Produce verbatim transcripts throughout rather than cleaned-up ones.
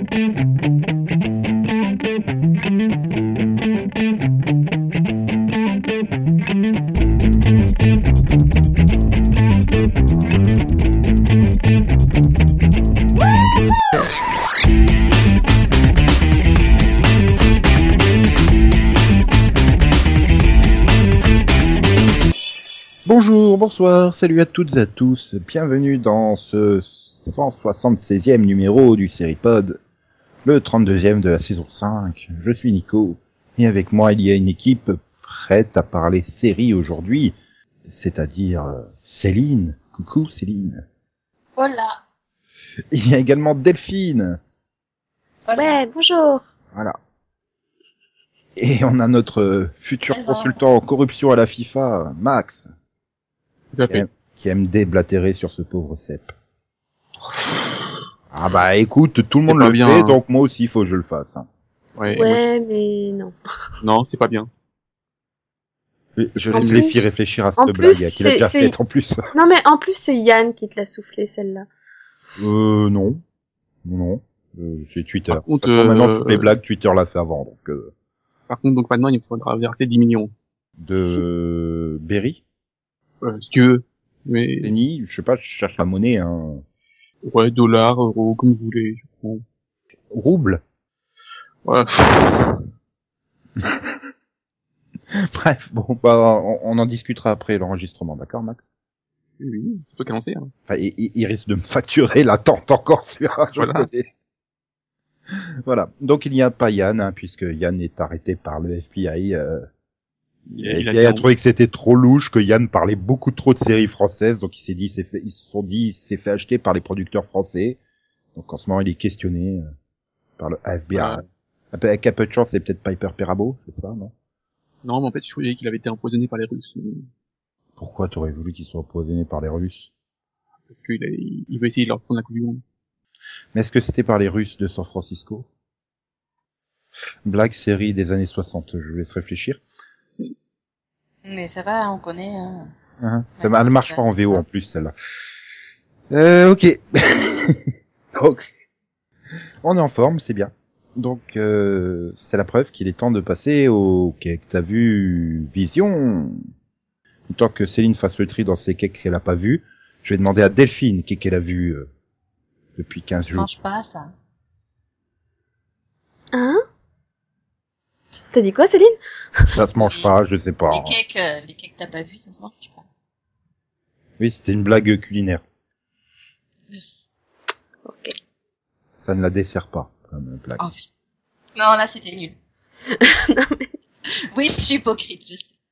Bonjour, bonsoir, salut à toutes et à tous, bienvenue dans ce cent soixante-seizième numéro du Seripod, le trente-deuxième de la saison cinq. Je suis Nico, et avec moi il y a une équipe prête à parler série aujourd'hui, c'est-à-dire Céline. Coucou Céline. Hola. Il y a également Delphine. Ouais, bonjour. Voilà. Et on a notre futur Alors. consultant en corruption à la FIFA, Max. Qui Qui aime, qui aime déblatérer sur ce pauvre Sepp. Ah bah écoute, tout le monde pas le bien, fait, hein. donc moi aussi il faut que je le fasse. Hein. Ouais, Ouais, mais non. moi, non, c'est pas bien. Je En laisse plus- les filles réfléchir à en cette plus, blague qu'il a c'est- déjà c'est- faite en plus. Non, mais en plus, c'est Yann qui te l'a soufflé, celle-là. Euh non. Non. Euh, c'est Twitter. Par contre, de toute façon, maintenant euh, toutes les blagues, Twitter l'a fait avant. Donc euh, Par contre, donc maintenant, il faudra verser dix millions. de Berry, Euh, si tu veux. Mais, Lenny, je sais pas, je cherche la monnaie. Hein. ouais, dollars, euros, comme vous voulez, je prends. Rouble. Voilà. Bref, bon, bah on, on en discutera après l'enregistrement, d'accord, Max? Oui, oui, c'est toi qui as lancé, hein. Enfin, il, il- il risque de me facturer l'attente encore sur un, je Voilà. le connais. Voilà. Donc il n'y a pas Yann, hein, puisque Yann est arrêté par le F B I. Euh, Il, le il F B I a, a trouvé que c'était trop louche, que Yann parlait beaucoup trop de séries françaises, donc il s'est dit, il s'est fait, ils se sont dit, il s'est fait acheter par les producteurs français. Donc en ce moment, il est questionné euh, par le F B I. Voilà. Avec un peu de chance, c'est peut-être Piper Perabo, c'est ça, non? Non, mais en fait, je croyais qu'il avait été empoisonné par les Russes. mais- Pourquoi t'aurais voulu qu'il soit empoisonné par les Russes? Parce qu'il a, il veut essayer de leur prendre la Coupe du Monde. Mais est-ce que c'était par les Russes de San Francisco? Blague série des années soixante, je vous laisse réfléchir. Mais ça va, on connaît. Hein. Hein, ça Ouais, elle marche pas en c'est V O ça. en plus celle-là. Euh, ok. Donc, on est en forme, c'est bien. Donc, euh, c'est la preuve qu'il est temps de passer au cake. T'as vu Vision? Tant que Céline fasse le tri dans ses cakes qu'elle a pas vu, je vais demander à Delphine qu'est-ce qu'elle a vu euh, depuis quinze Ça jours. mange pas, ça. Hein? T'as dit quoi, Céline? Ça se mange pas, je sais pas. Les cakes, euh, les cakes que t'as pas vu, ça se mange pas. Oui, c'était une blague culinaire. Merci. Ok. Ça ne la dessert pas comme blague. Oh, putain. Non, là, c'était nul. Non, mais- Oui, je suis hypocrite, je sais.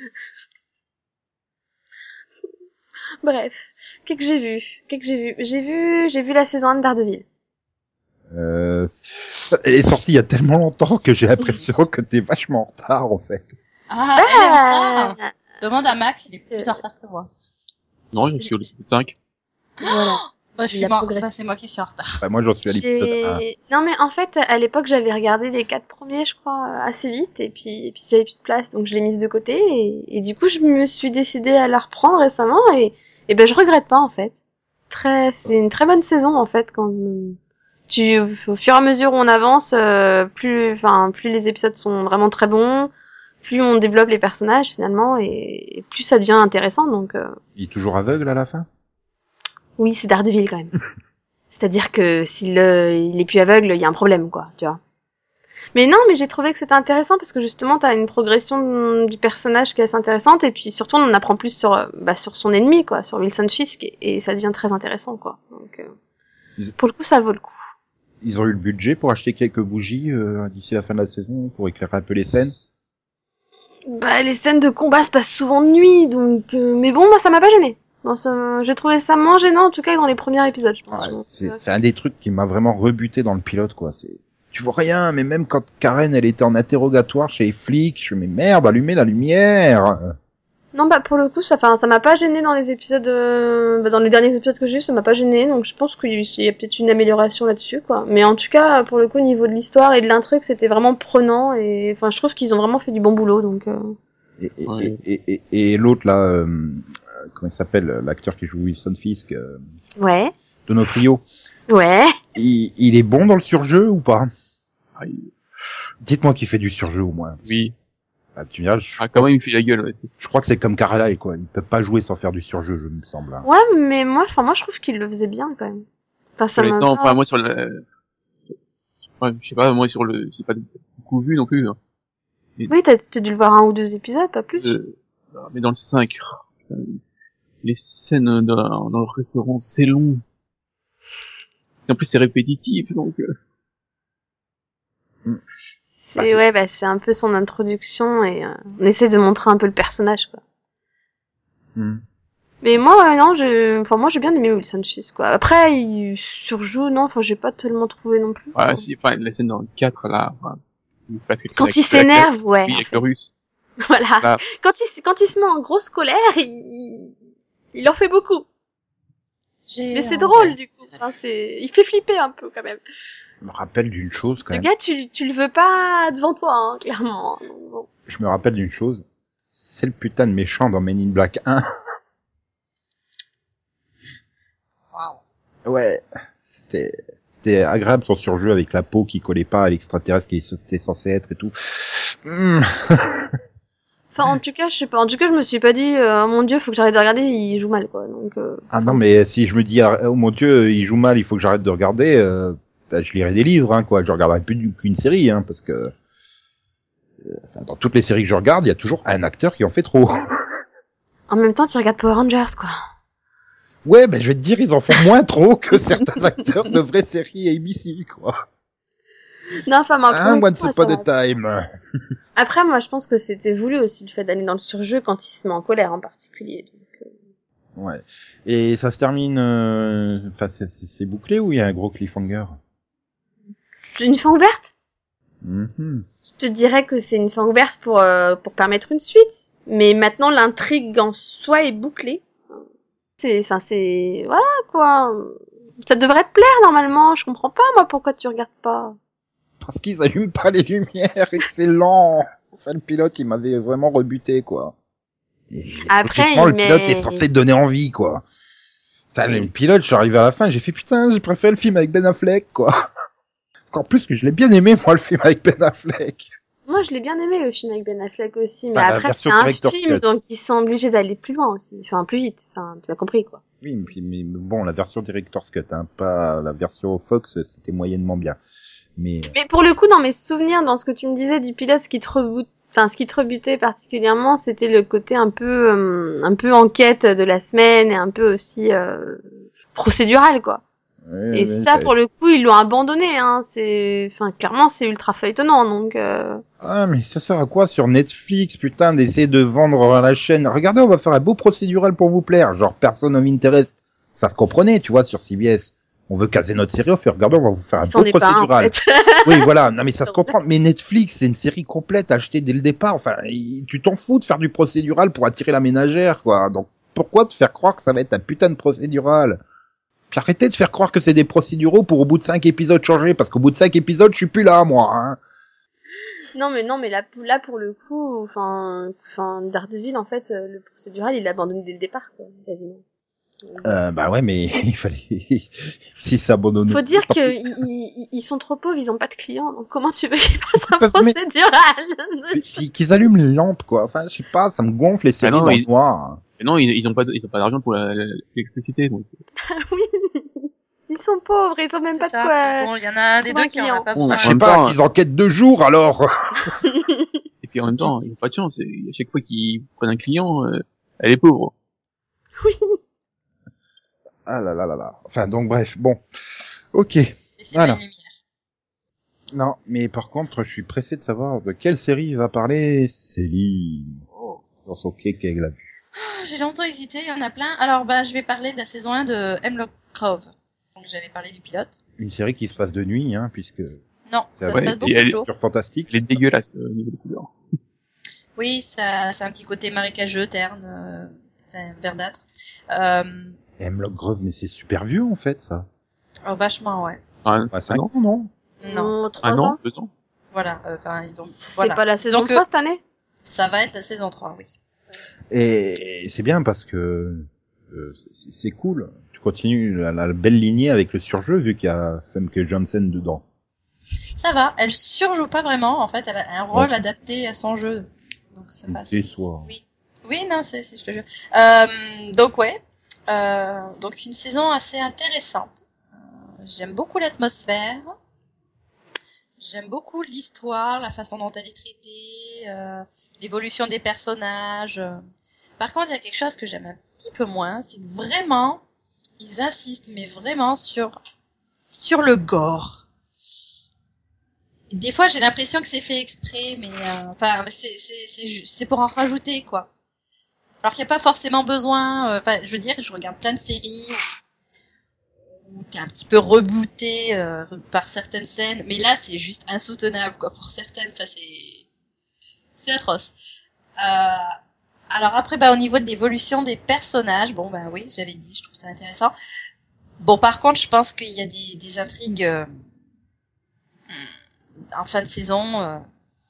Bref. Qu'est-ce que j'ai vu? Qu'est-ce que j'ai vu? J'ai vu, j'ai vu la saison un de Daredevil. Euh, elle est sortie il y a tellement longtemps que j'ai l'impression que t'es vachement en retard en fait. Ah, elle est en Ah! retard. Demande à Max, il est plus en retard que moi. Non, il est au cinq. Voilà. Bah, je Il suis a mort. progressé. Bah, c'est moi qui suis en retard. Bah, moi j'en suis à l'épisode un. J'ai- Non, mais en fait, à l'époque, j'avais regardé les quatre premiers, je crois, assez vite, et puis, et puis j'avais plus de place, donc je l'ai mise de côté, et, et du coup, je me suis décidée à la reprendre récemment, et, et ben, je regrette pas, en fait. Très, c'est une très bonne saison, en fait, quand tu, au fur et à mesure où on avance, euh, plus, enfin, plus les épisodes sont vraiment très bons, plus on développe les personnages, finalement, et, et plus ça devient intéressant, donc, euh, Il est toujours aveugle à la fin? oui, c'est Daredevil, quand même. C'est-à-dire que s'il euh, il est plus aveugle, il y a un problème, quoi, tu vois. Mais non, mais j'ai trouvé que c'était intéressant parce que justement, t'as une progression du personnage qui est assez intéressante et puis surtout, on en apprend plus sur, euh, bah, sur son ennemi, quoi, sur Wilson Fisk et, et ça devient très intéressant, quoi. Donc, euh, pour le coup, ça vaut le coup. Ils ont eu le budget pour acheter quelques bougies euh, d'ici la fin de la saison pour éclairer un peu les scènes. Bah, les scènes de combat se passent souvent de nuit, donc, euh, mais bon, moi, ça m'a pas gêné. Bon, ça, j'ai trouvé ça moins gênant, en tout cas, que dans les premiers épisodes, je pense. Ouais, Donc, c'est, euh, c'est un des trucs qui m'a vraiment rebuté dans le pilote, quoi. C'est, tu vois rien, mais même quand Karen, elle était en interrogatoire chez les flics, je me dis, merde, allumez la lumière! Non, bah, pour le coup, ça, enfin, ça m'a pas gêné dans les épisodes, euh, bah, dans les derniers épisodes que j'ai eu, ça m'a pas gêné, donc je pense qu'il y a peut-être une amélioration là-dessus, quoi. Mais en tout cas, pour le coup, au niveau de l'histoire et de l'intrigue, c'était vraiment prenant, et, enfin, je trouve qu'ils ont vraiment fait du bon boulot, donc, euh... Et, et, Ouais. et, et, et, et l'autre, là, euh, comment il s'appelle, l'acteur qui joue Wilson Fisk, euh, Ouais. Donofrio. Ouais. il, il est bon dans le surjeu ou pas? Ah, il- Dites-moi qu'il fait du surjeu au moins. Oui. Ah, tu verras, je, Ah, quand même, il me fait la gueule, ouais. je crois que c'est comme Carlyle, quoi. Il peut pas jouer sans faire du surjeu, je me semble. hein. Ouais, mais moi, enfin, moi, je trouve qu'il le faisait bien, quand même. Enfin, ça Sur les m'a temps, pas- enfin, moi, sur le, sur- ouais, je sais pas, moi, sur le, j'ai pas beaucoup vu non plus, hein. Oui, t'as, t'as dû le voir un ou deux épisodes, pas plus. Euh, mais dans le cinq, euh, les scènes dans, dans le restaurant, c'est long. En plus, c'est répétitif, donc, euh, C'est, bah, c'est- ouais, bah, c'est un peu son introduction et euh, on essaie de montrer un peu le personnage, quoi. Hmm. Mais moi, euh, non, je, enfin, moi, j'ai bien aimé Wilson Fisk, quoi. Après, il surjoue, non, enfin, j'ai pas tellement trouvé non plus. voilà, si, enfin, la scène dans le quatre, là, enfin, il passe quelque- Quand avec- il avec la- s'énerve, ouais. Oui, en avec fait. le russe. Voilà. Là. Quand il, s- quand il se met en grosse colère, il, il en fait beaucoup. J'ai Mais c'est un- drôle, du coup. Enfin, c'est, il fait flipper un peu, quand même. Je me rappelle d'une chose, quand Le même. gars, tu, tu le veux pas devant toi, hein, clairement. Donc, bon. Je me rappelle d'une chose. C'est le putain de méchant dans Men in Black un. Waouh. Ouais. C'était, c'était agréable son surjeu avec la peau qui collait pas à l'extraterrestre qui était censé être et tout. Hmm. Enfin, en tout cas, je sais pas. En tout cas, je me suis pas dit, euh, oh mon dieu, faut que j'arrête de regarder, il joue mal, quoi. Donc, euh, Ah non, mais si je me dis, ah, oh mon dieu, il joue mal, il faut que j'arrête de regarder, euh, bah, je lirai des livres, hein, quoi. Je regarderai plus du- qu'une série, hein, parce que euh, enfin, dans toutes les séries que je regarde, il y a toujours un acteur qui en fait trop. en même temps, tu regardes Power Rangers, quoi. Ouais, ben je vais te dire, ils en font moins trop que certains acteurs de vraies séries A B C, quoi. Non, enfin, mais Hein, encore une once fois, upon ça a va. time. Après, moi, je pense que c'était voulu aussi, le fait d'aller dans le surjeu quand il se met en colère, en particulier. Donc, euh, Ouais. Et ça se termine, euh, enfin, c'est, c'est, c'est bouclé ou il y a un gros cliffhanger? c'est une fin ouverte? Mhm. Je te dirais que c'est une fin ouverte pour, euh, pour permettre une suite. Mais maintenant, l'intrigue en soi est bouclée. C'est, enfin, c'est, voilà, quoi. Ça devrait te plaire, normalement. Je comprends pas, moi, pourquoi tu regardes pas. Parce qu'ils allument pas les lumières, excellent. Enfin, le pilote, il m'avait vraiment rebuté, quoi. Et Après, logiquement, il le pilote met- est censé te donner envie, quoi. Enfin, le pilote, je suis arrivé à la fin, j'ai fait putain, j'ai préféré le film avec Ben Affleck, quoi. Encore plus que je l'ai bien aimé, moi, le film avec Ben Affleck. Moi, je l'ai bien aimé, le film avec Ben Affleck aussi. Mais Enfin, la après, c'est version un director's film, cut. donc ils sont obligés d'aller plus loin aussi. Enfin, plus vite. Enfin, tu as compris, quoi. Oui, mais, mais bon, la version Director's Cut, hein, pas la version Fox, c'était moyennement bien. Mais Mais pour le coup, dans mes souvenirs, dans ce que tu me disais du pilote, ce qui te rebute, enfin, ce qui te rebutait particulièrement, c'était le côté un peu, euh, un peu enquête de la semaine et un peu aussi, euh, procédural, quoi. ouais, Et ouais, ça, pour le coup, ils l'ont abandonné, hein. C'est, enfin, clairement, c'est ultra feuilletonnant, donc, euh... Ah, mais ça sert à quoi sur Netflix, putain, d'essayer de vendre la chaîne? Regardez, on va faire un beau procédural pour vous plaire, genre Person of Interest. Ça se comprenait, tu vois, sur C B S. On veut caser notre série, on fait, regardez, on va vous faire un c'en beau est pas un, en procédural. fait. Oui, voilà, non mais ça se comprend. Mais Netflix, c'est une série complète achetée dès le départ. Enfin, il- tu t'en fous de faire du procédural pour attirer la ménagère, quoi. Donc, pourquoi te faire croire que ça va être un putain de procédural? Puis arrêtez de faire croire que c'est des procéduraux pour au bout de cinq épisodes changer, parce qu'au bout de cinq épisodes, je suis plus là, moi, hein. Non, mais non, mais là, là, pour le coup, enfin, enfin, Daredevil, en fait, euh, le procédural, il l'a abandonné dès le départ, quoi, quasiment. Euh, bah ouais, mais il fallait, si ça abandonne. Faut dire que ils, ils, ils sont trop pauvres, ils ont pas de clients, donc comment tu veux qu'ils fassent un Parce que- mais- procédural? Qu'ils qu'ils allument les lampes, quoi. Enfin, je sais pas, ça me gonfle les séries non, dans il- le noir. Mais non, ils, ils ont pas, de- ils ont pas d'argent pour la- la- l'électricité, donc. Oui, ils sont pauvres, ils ont même C'est pas de ça. quoi. Bon, il y en a un des trouver deux un qui en a client. pas Bon, Bah, besoin. je en sais même pas, temps, qu'ils enquêtent deux jours, alors. Et puis en même temps, ils ont pas de chance. Et à chaque fois qu'ils prennent un client, euh, elle est pauvre. Oui. Ah là là là là. Enfin, donc bref, bon. Ok. Et c'est Voilà. pas une lumière. Non, mais par contre, je suis pressé de savoir de quelle série va parler Céline. Oh. Dans son quai qu'elle a vu. Ah, j'ai longtemps hésité, il y en a plein. Alors, bah, je vais parler de la saison un de Hemlock Grove. Donc, j'avais parlé du pilote. Une série qui se passe de nuit, hein, puisque Non, C'est ça vrai, se passe et beaucoup elle- de jours. sur Fantastique. Elle est dégueulasse euh, au niveau des couleurs. Oui, ça, c'est un petit côté marécageux, terne, euh, enfin, verdâtre. Euh, Hemlock Grove, mais c'est super vieux, en fait, ça. oh, vachement, ouais. Ah, Bah, ah cinq non, ans, non? Non, Euh, trois un an, ans. deux ans. voilà. euh, Enfin, ils vont. C'est Voilà. pas la Disons saison que trois cette année? ça va être la saison trois, oui. Et c'est bien parce que euh, c'est, c'est cool. Tu continues la, la belle lignée avec le surjeu vu qu'il y a Famke Janssen dedans. Ça va, elle surjoue pas vraiment, en fait, elle a un rôle Ouais. adapté à son jeu. Donc ça passe. Et soit. Oui. Oui, non, c'est, c'est, je te jure. Euh, donc ouais, euh, donc une saison assez intéressante. Euh, j'aime beaucoup l'atmosphère. J'aime beaucoup l'histoire, la façon dont elle est traitée, euh, l'évolution des personnages. euh. Par contre, il y a quelque chose que j'aime un petit peu moins, c'est que vraiment, ils insistent, mais vraiment sur sur le gore. Des fois, j'ai l'impression que c'est fait exprès, mais euh, enfin, c'est c'est c'est ju- c'est pour en rajouter quoi. Alors qu'il n'y a pas forcément besoin. Enfin, euh, je veux dire, je regarde plein de séries où t'es un petit peu rebooté euh, par certaines scènes, mais là, c'est juste insoutenable quoi pour certaines. Enfin, c'est c'est atroce. Euh, alors après, bah au niveau de l'évolution des personnages, bon bah oui, j'avais dit, je trouve ça intéressant. Bon, par contre, je pense qu'il y a des des intrigues euh, en fin de saison. Euh,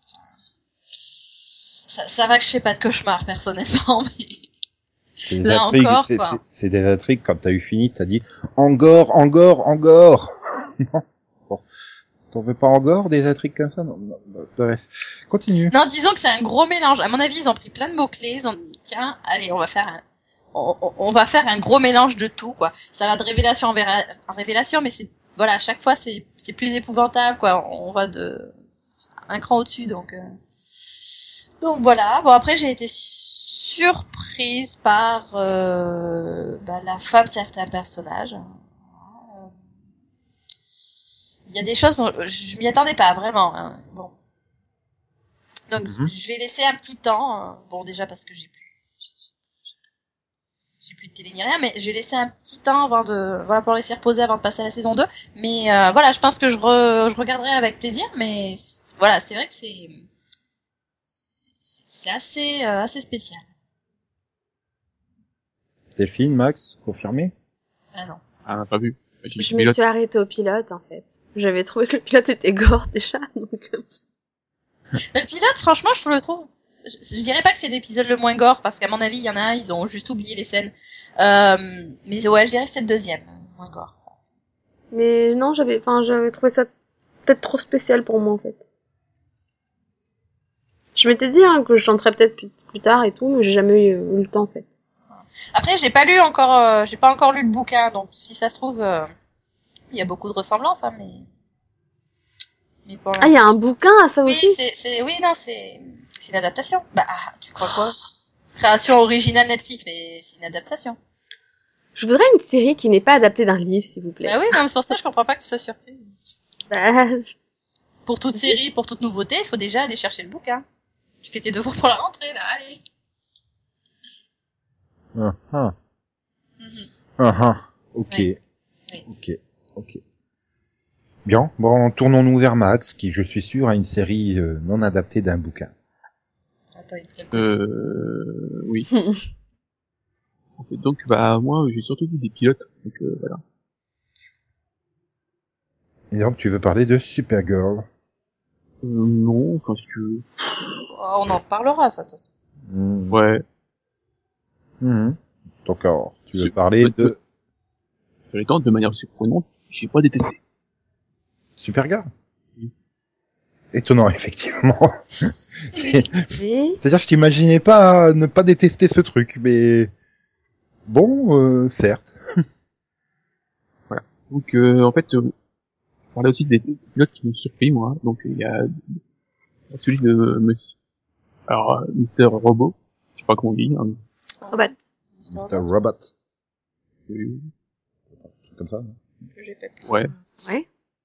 ça, ça va que je fais pas de cauchemar personnellement, mais C'est des là intrigues, encore, c'est, quoi. c'est, c'est des intrigues, quand t'as eu fini, t'as dit Angor, Angor, Angor. Non. Bon. T'en veux pas Angor, des intrigues comme ça? Non, non, non, bref. Continue. Non, disons que c'est un gros mélange. À mon avis, ils ont pris plein de mots-clés. Ils ont dit, tiens, allez, on va faire un, on, on- on va faire un gros mélange de tout, quoi. Ça va de révélation en, véra- en révélation, mais c'est, voilà, à chaque fois, c'est, c'est plus épouvantable, quoi. On va de, un cran au-dessus, donc, euh, donc voilà. Bon, après, j'ai été surprise par, euh, bah, la fin de certains personnages. Euh, Il y a des choses dont je m'y attendais pas, vraiment, hein. Bon. Donc, Mhm. je vais laisser un petit temps. euh, Bon, déjà parce que j'ai plus, j'ai j'ai plus de télé ni rien, mais je vais laisser un petit temps avant de, voilà, pour laisser reposer avant de passer à la saison deux. Mais euh, voilà, je pense que je, re, je regarderai avec plaisir. Mais c'est- voilà, c'est vrai que c'est, c'est c'est assez, euh, assez spécial. Delphine, Max, confirmé? Ah non. Ah, on a pas vu. J'ai vu Je le me pilote. suis arrêtée au pilote, en fait. J'avais trouvé que le pilote était gore, déjà, donc... euh, Mais le pilote, franchement, je le trouve. Je, je dirais pas que c'est l'épisode le moins gore, parce qu'à mon avis, il y en a un, ils ont juste oublié les scènes. Euh, mais ouais, je dirais que c'est le deuxième, euh, moins gore. Mais non, j'avais, enfin, j'avais trouvé ça peut-être trop spécial pour moi, en fait. Je m'étais dit, hein, que je chanterais peut-être plus, plus tard et tout, mais j'ai jamais eu, eu le temps, en fait. Après, j'ai pas lu encore, euh, j'ai pas encore lu le bouquin, donc si ça se trouve, euh, il y a beaucoup de ressemblances, hein, mais, mais pour Ah, il y a un bouquin à ça oui, aussi? c'est, c'est, oui, non, c'est, c'est une adaptation. Bah, ah, tu crois quoi? Création originale Netflix, mais c'est une adaptation. Je voudrais une série qui n'est pas adaptée d'un livre, s'il vous plaît. Bah oui, non, mais c'est pour ça que je comprends pas que tu sois surprise. Bah, Pour toute série, pour toute nouveauté, il faut déjà aller chercher le bouquin. Tu fais tes devoirs pour la rentrée, là, allez. Ah, ah. Mhm. Ah, ah. Ok. Oui. Oui. Ok. Ok. Bien. Bon, tournons-nous vers Max, qui, je suis sûr, a une série euh, non adaptée d'un bouquin. Attends, il te côté. Euh, oui. Et donc, bah, moi, j'ai surtout vu des pilotes. Donc, euh, voilà. Et donc, tu veux parler de Supergirl. Euh, non, parce que, Oh, on en reparlera, ça, de toute façon. Mmh. ouais, Mmh. Donc, alors, tu veux C'est- parler ouais, de sur les temps, de manière surprenante, j'ai pas détesté. Supergirl? Oui. Étonnant, effectivement. oui. C'est-à-dire que je t'imaginais pas ne pas détester ce truc, mais bon, euh, certes. Donc, euh, en fait, euh, je parlais aussi des pilotes qui m'ont surpris, moi. Donc, il y a celui de Monsieur, alors, euh, Mister Robot, je sais pas comment on dit, hein. Oh, bah, mister Robot. Euh, Comme ça. non Que j'ai pas pu. Ouais. ouais.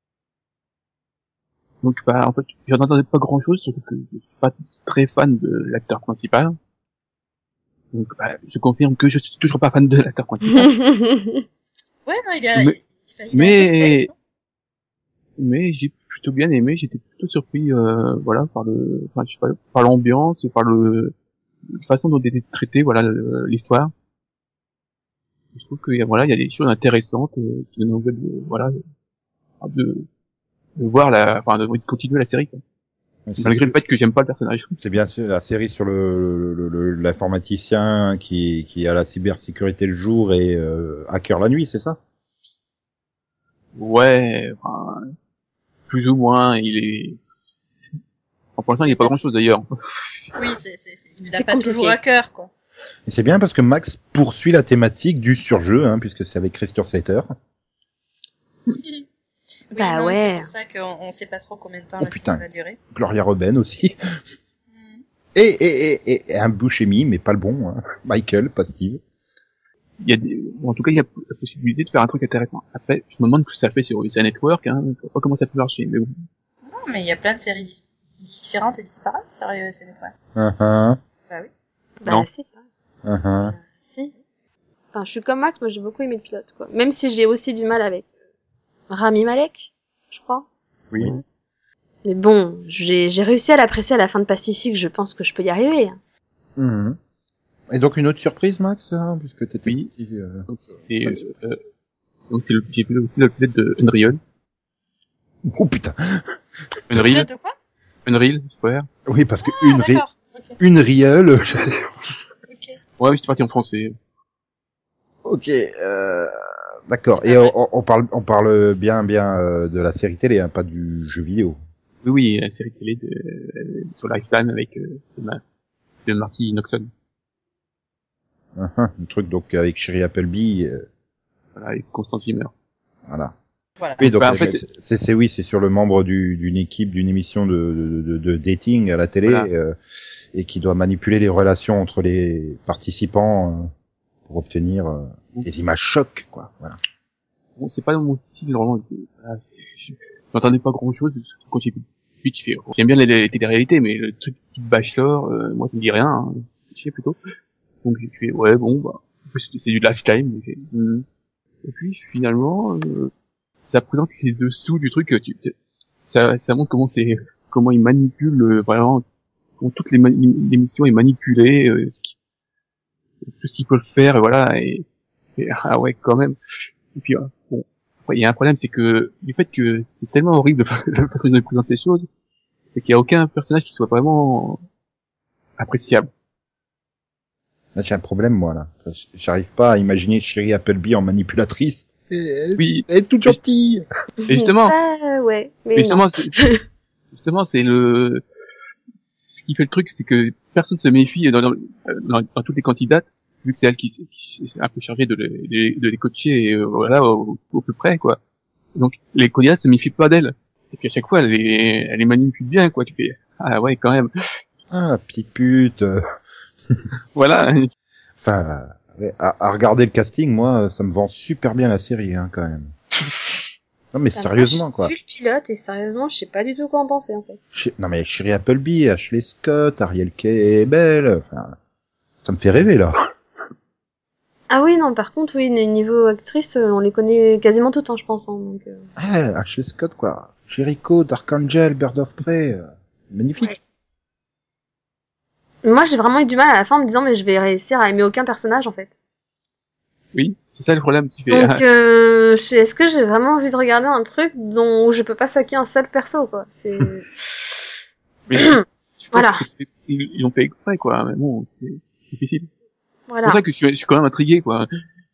Donc, bah, en fait, j'en entendais pas grand chose, surtout que je suis pas très fan de l'acteur principal. Donc, bah, je confirme que je suis toujours pas fan de l'acteur principal. Ouais, non, il a, Mais- il, il, il mais- a un peu space, hein. Mais j'ai plutôt bien aimé, j'étais plutôt surpris, euh, voilà, par le, enfin, je sais pas, par l'ambiance et par le, la façon dont était traitée, voilà, le- l'histoire. Je trouve que, voilà, il y a des choses intéressantes, euh, qui donnent envie de, voilà, de, de voir la, enfin, de continuer la série, quoi. C'est- Malgré le fait que j'aime pas le personnage. C'est bien sûr la série sur le, le, le- l'informaticien qui, qui a la cybersécurité le jour et euh, hacker la nuit, c'est ça? Ouais, enfin, plus ou moins, il est... Enfin, pour l'instant, il n'y a pas grand-chose d'ailleurs. Oui, c'est, c'est, c'est, il C'est n'a pas compliqué. toujours à cœur, quoi. Et c'est bien parce que Max poursuit la thématique du surjeu, hein, puisque c'est avec Christian Slater. Oui, Bah non, mais ouais. c'est pour ça qu'on on sait pas trop combien de temps Oh, la putain. série va durer. Gloria Robin aussi. Mm. Et, et, et, et, et un Buscemi, mais pas le bon, hein. Michael, pas Steve. Il y a des... bon, en tout cas, il y a la possibilité de faire un truc intéressant. Après, je me demande ce que ça fait sur U S A Network, hein. Je sais pas comment ça peut marcher, mais bon. Non, mais il y a plein de séries dis- différentes et disparates sur euh, C N trois. Uh-huh, Bah oui. Bah Non. si, ça. uh-huh. Euh, si. Enfin, je suis comme Max, moi j'ai beaucoup aimé le pilote, quoi. Même si j'ai aussi du mal avec Rami Malek, je crois. Oui. Mais bon, j'ai j'ai réussi à l'apprécier à la fin de Pacifique, je pense que je peux y arriver. Mhm. Et donc une autre surprise, Max, hein, puisque t'étais Oui. petit, euh... Donc, c'est, euh, euh, donc c'est le, j'ai vu le, le pilote de Unreal. Oh putain. Unreal, De quoi? Unreal, Square. Oui, parce que Ah, une, ri- d'accord. Ok. une Real. Ok. Ouais, mais c'est parti en français. Ok, euh... d'accord. C'est Et pas on, mal. on- on parle, on parle bien, bien euh, de la série télé, hein, pas du jeu vidéo. Oui, oui, la série télé de, euh, sur Lifetime avec, euh, de, Ma- de Marty Noxon. Uh-huh. Un truc donc avec Sherry Appleby, euh, Voilà, et Constant Zimmer. voilà. Voilà. Oui, donc Bah, en c'est, fait, c'est, c'est, c'est- oui, c'est sur le membre du, d'une équipe, d'une émission de, de, de, de dating à la télé, Voilà. euh, et qui doit manipuler les relations entre les participants euh, pour obtenir euh, des images chocs, quoi. Voilà. Bon, c'est pas mon style, vraiment. Ah, c'est- je n'entendais pas grand chose quand j'ai vu le pitch. Fait, j'aime bien les, les télé-réalités, mais le truc type Bachelor, euh, moi ça me dit rien, hein. Je sais plutôt. Donc j'ai fait, ouais, bon, bah, en plus, c'est du Lifetime. Donc, j'ai- hmm. Et puis finalement, euh, ça présente les dessous du truc. Tu, tu- ça, ça montre comment c'est, comment ils manipulent euh, vraiment, comment toutes les ma- l'émission est manipulée, euh, ce qui, tout ce qu'ils peuvent faire, et voilà. Et, et ah ouais, quand même. Et puis, euh, bon, après, il y a un problème, c'est que du fait que c'est tellement horrible la façon dont ils présentent les choses, c'est qu'il y a aucun personnage qui soit vraiment appréciable. Là, j'ai un problème, moi, là. J'arrive pas à imaginer Sherry Appleby en manipulatrice. Et elle, Oui, elle est toute gentille. Et justement- Ah, ouais. Mais mais justement, non. c'est, justement, c'est le, ce qui fait le truc, c'est que personne se méfie dans, dans, dans, dans toutes les candidates, vu que c'est elle qui, qui est un peu chargée de les, de les, de les coacher, euh, voilà, au, au plus près, quoi. Donc, les candidates se méfient pas d'elle. Et puis à chaque fois, elle les, elle les manipule bien, quoi. Tu fais, ah ouais, quand même. Ah, la petite pute. euh. Voilà. Enfin, ouais, à, à regarder le casting, moi, ça me vend super bien la série, hein, quand même. Non, mais Putain, sérieusement, moi, quoi. J'ai vu le pilote et sérieusement, je sais pas du tout quoi en penser en fait. Ch- Non, mais Sherry Appleby, Ashley Scott, Ariel Kay, Bell, enfin, ça me fait rêver, là. Ah oui, non, par contre, oui, niveau actrice, euh, on les connaît quasiment toutes, hein, je pense. Hein, donc, euh... Ah, Ashley Scott, quoi. Jericho, Dark Angel, Bird of Prey, euh, magnifique. Ouais. Moi, j'ai vraiment eu du mal à la fin en me disant, mais je vais réussir à aimer aucun personnage en fait. Oui, c'est ça le problème. Tu fais, Donc, euh, je- est-ce que j'ai vraiment envie de regarder un truc dont je peux pas saquer un seul perso, quoi. C'est... mais je pense Voilà. que c'est- ils, ils ont fait exprès, quoi. Mais bon, c'est difficile. C'est Voilà. pour ça que je suis, je suis quand même intrigué, quoi.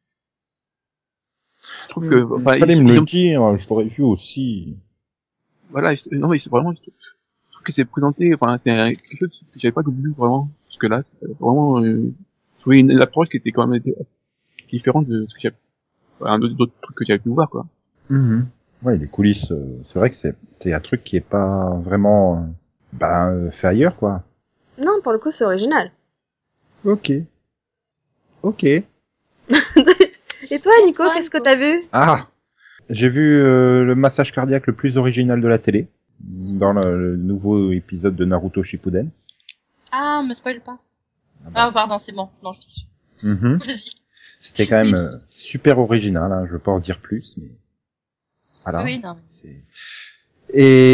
Je trouve que, enfin, Fallait ils, me ils le ont, dire, je l'aurais vu aussi. voilà, je- non mais c'est vraiment, je trouve que c'est présenté, enfin, c'est un- quelque chose que j'avais pas vu vraiment jusque là. C'est vraiment, euh, je trouvais une, une approche qui était quand même différente de ce que j'avais, un autre, d'autres trucs que j'avais pu voir, quoi. Mhm. Ouais, les coulisses, euh, c'est vrai que c'est, c'est un truc qui est pas vraiment, euh, bah, euh, fait ailleurs, quoi. Non, pour le coup, c'est original. Ok. Ok. Et toi, Et Nico, toi, qu'est-ce que Nico t'as vu? Ah! J'ai vu euh, le massage cardiaque le plus original de la télé, dans le, le nouveau épisode de Naruto Shippuden. Ah, me spoil pas. Ah bah. Ah, pardon, c'est bon. Non, je suis sûre. Mhm. Vas-y. C'était quand même euh, super original, hein, je veux pas en dire plus, mais voilà. Oui, non, mais... C'est- Et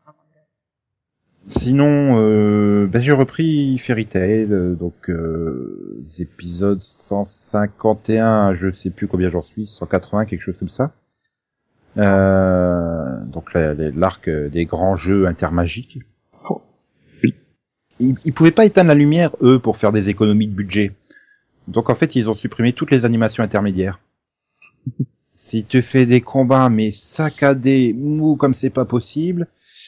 sinon, euh, ben j'ai repris Fairy Tail, euh, donc euh, les épisodes cent cinquante et un, je sais plus combien j'en suis, cent quatre-vingts, quelque chose comme ça. Euh, donc la- la- l'arc des grands jeux intermagiques. ils, ils pouvaient pas éteindre la lumière, eux, pour faire des économies de budget. Donc en fait, ils ont supprimé toutes les animations intermédiaires. Si tu fais des combats, mais saccadés, mous comme c'est pas possible,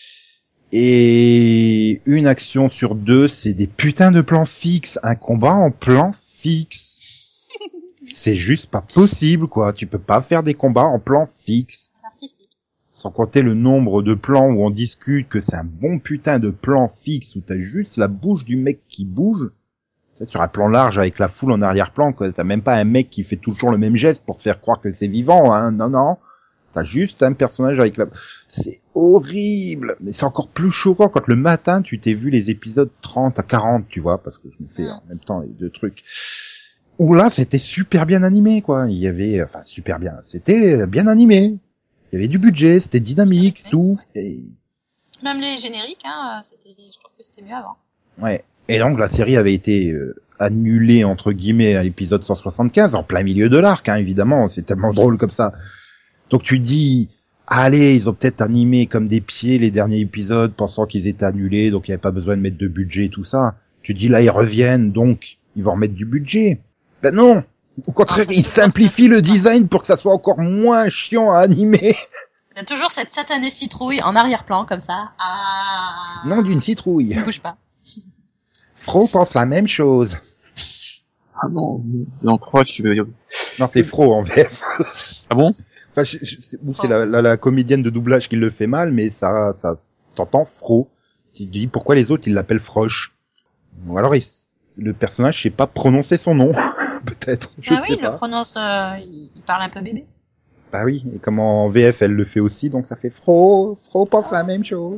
et une action sur deux, c'est des putains de plans fixes. Un combat en plan fixe. C'est juste pas possible, quoi. Tu peux pas faire des combats en plan fixe. C'est artistique. Sans compter le nombre de plans où on discute que c'est un bon putain de plan fixe où t'as juste la bouche du mec qui bouge. Tu sais, sur un plan large avec la foule en arrière-plan, quoi. T'as même pas un mec qui fait toujours le même geste pour te faire croire que c'est vivant, hein. Non, non. T'as juste un personnage avec la... C'est horrible. Mais c'est encore plus choquant quand le matin, tu t'es vu les épisodes trente à quarante, tu vois, parce que je me fais en même temps les deux trucs. Où là, c'était super bien animé, quoi. Il y avait... Enfin, super bien. C'était bien animé. Il y avait du budget, c'était dynamique, ouais, tout. Ouais. Et... Même les génériques, hein, c'était... je trouve que c'était mieux avant. Ouais. Et donc, la série avait été euh, annulée, entre guillemets, à l'épisode cent soixante-quinze, en plein milieu de l'arc, hein, évidemment. C'est tellement drôle comme ça. Donc tu dis, allez, ils ont peut-être animé comme des pieds les derniers épisodes, pensant qu'ils étaient annulés, donc il n'y avait pas besoin de mettre de budget et tout ça. Tu dis, là, ils reviennent, donc ils vont remettre du budget. Ben non. Au contraire, ils simplifient le design pour que ça soit encore moins chiant à animer. Il y a toujours cette satanée citrouille en arrière-plan, comme ça. Ah. Non, d'une citrouille. Ne bouge pas. Fro pense la même chose. Ah non, dans trois, tu veux dire. Non, c'est Fro en V F. Ah bon? Enfin, je, je, c'est, ou c'est la, la, la comédienne de doublage qui le fait mal, mais ça, ça, t'entends Fro. Tu te dis pourquoi les autres ils l'appellent Froche. Ou alors il, le personnage sait pas prononcer son nom, peut-être. Je ah sais oui, pas. il le prononce, euh, il parle un peu bébé. Bah oui, et comme en V F elle le fait aussi, donc ça fait Fro. Fro pense oh. la même chose.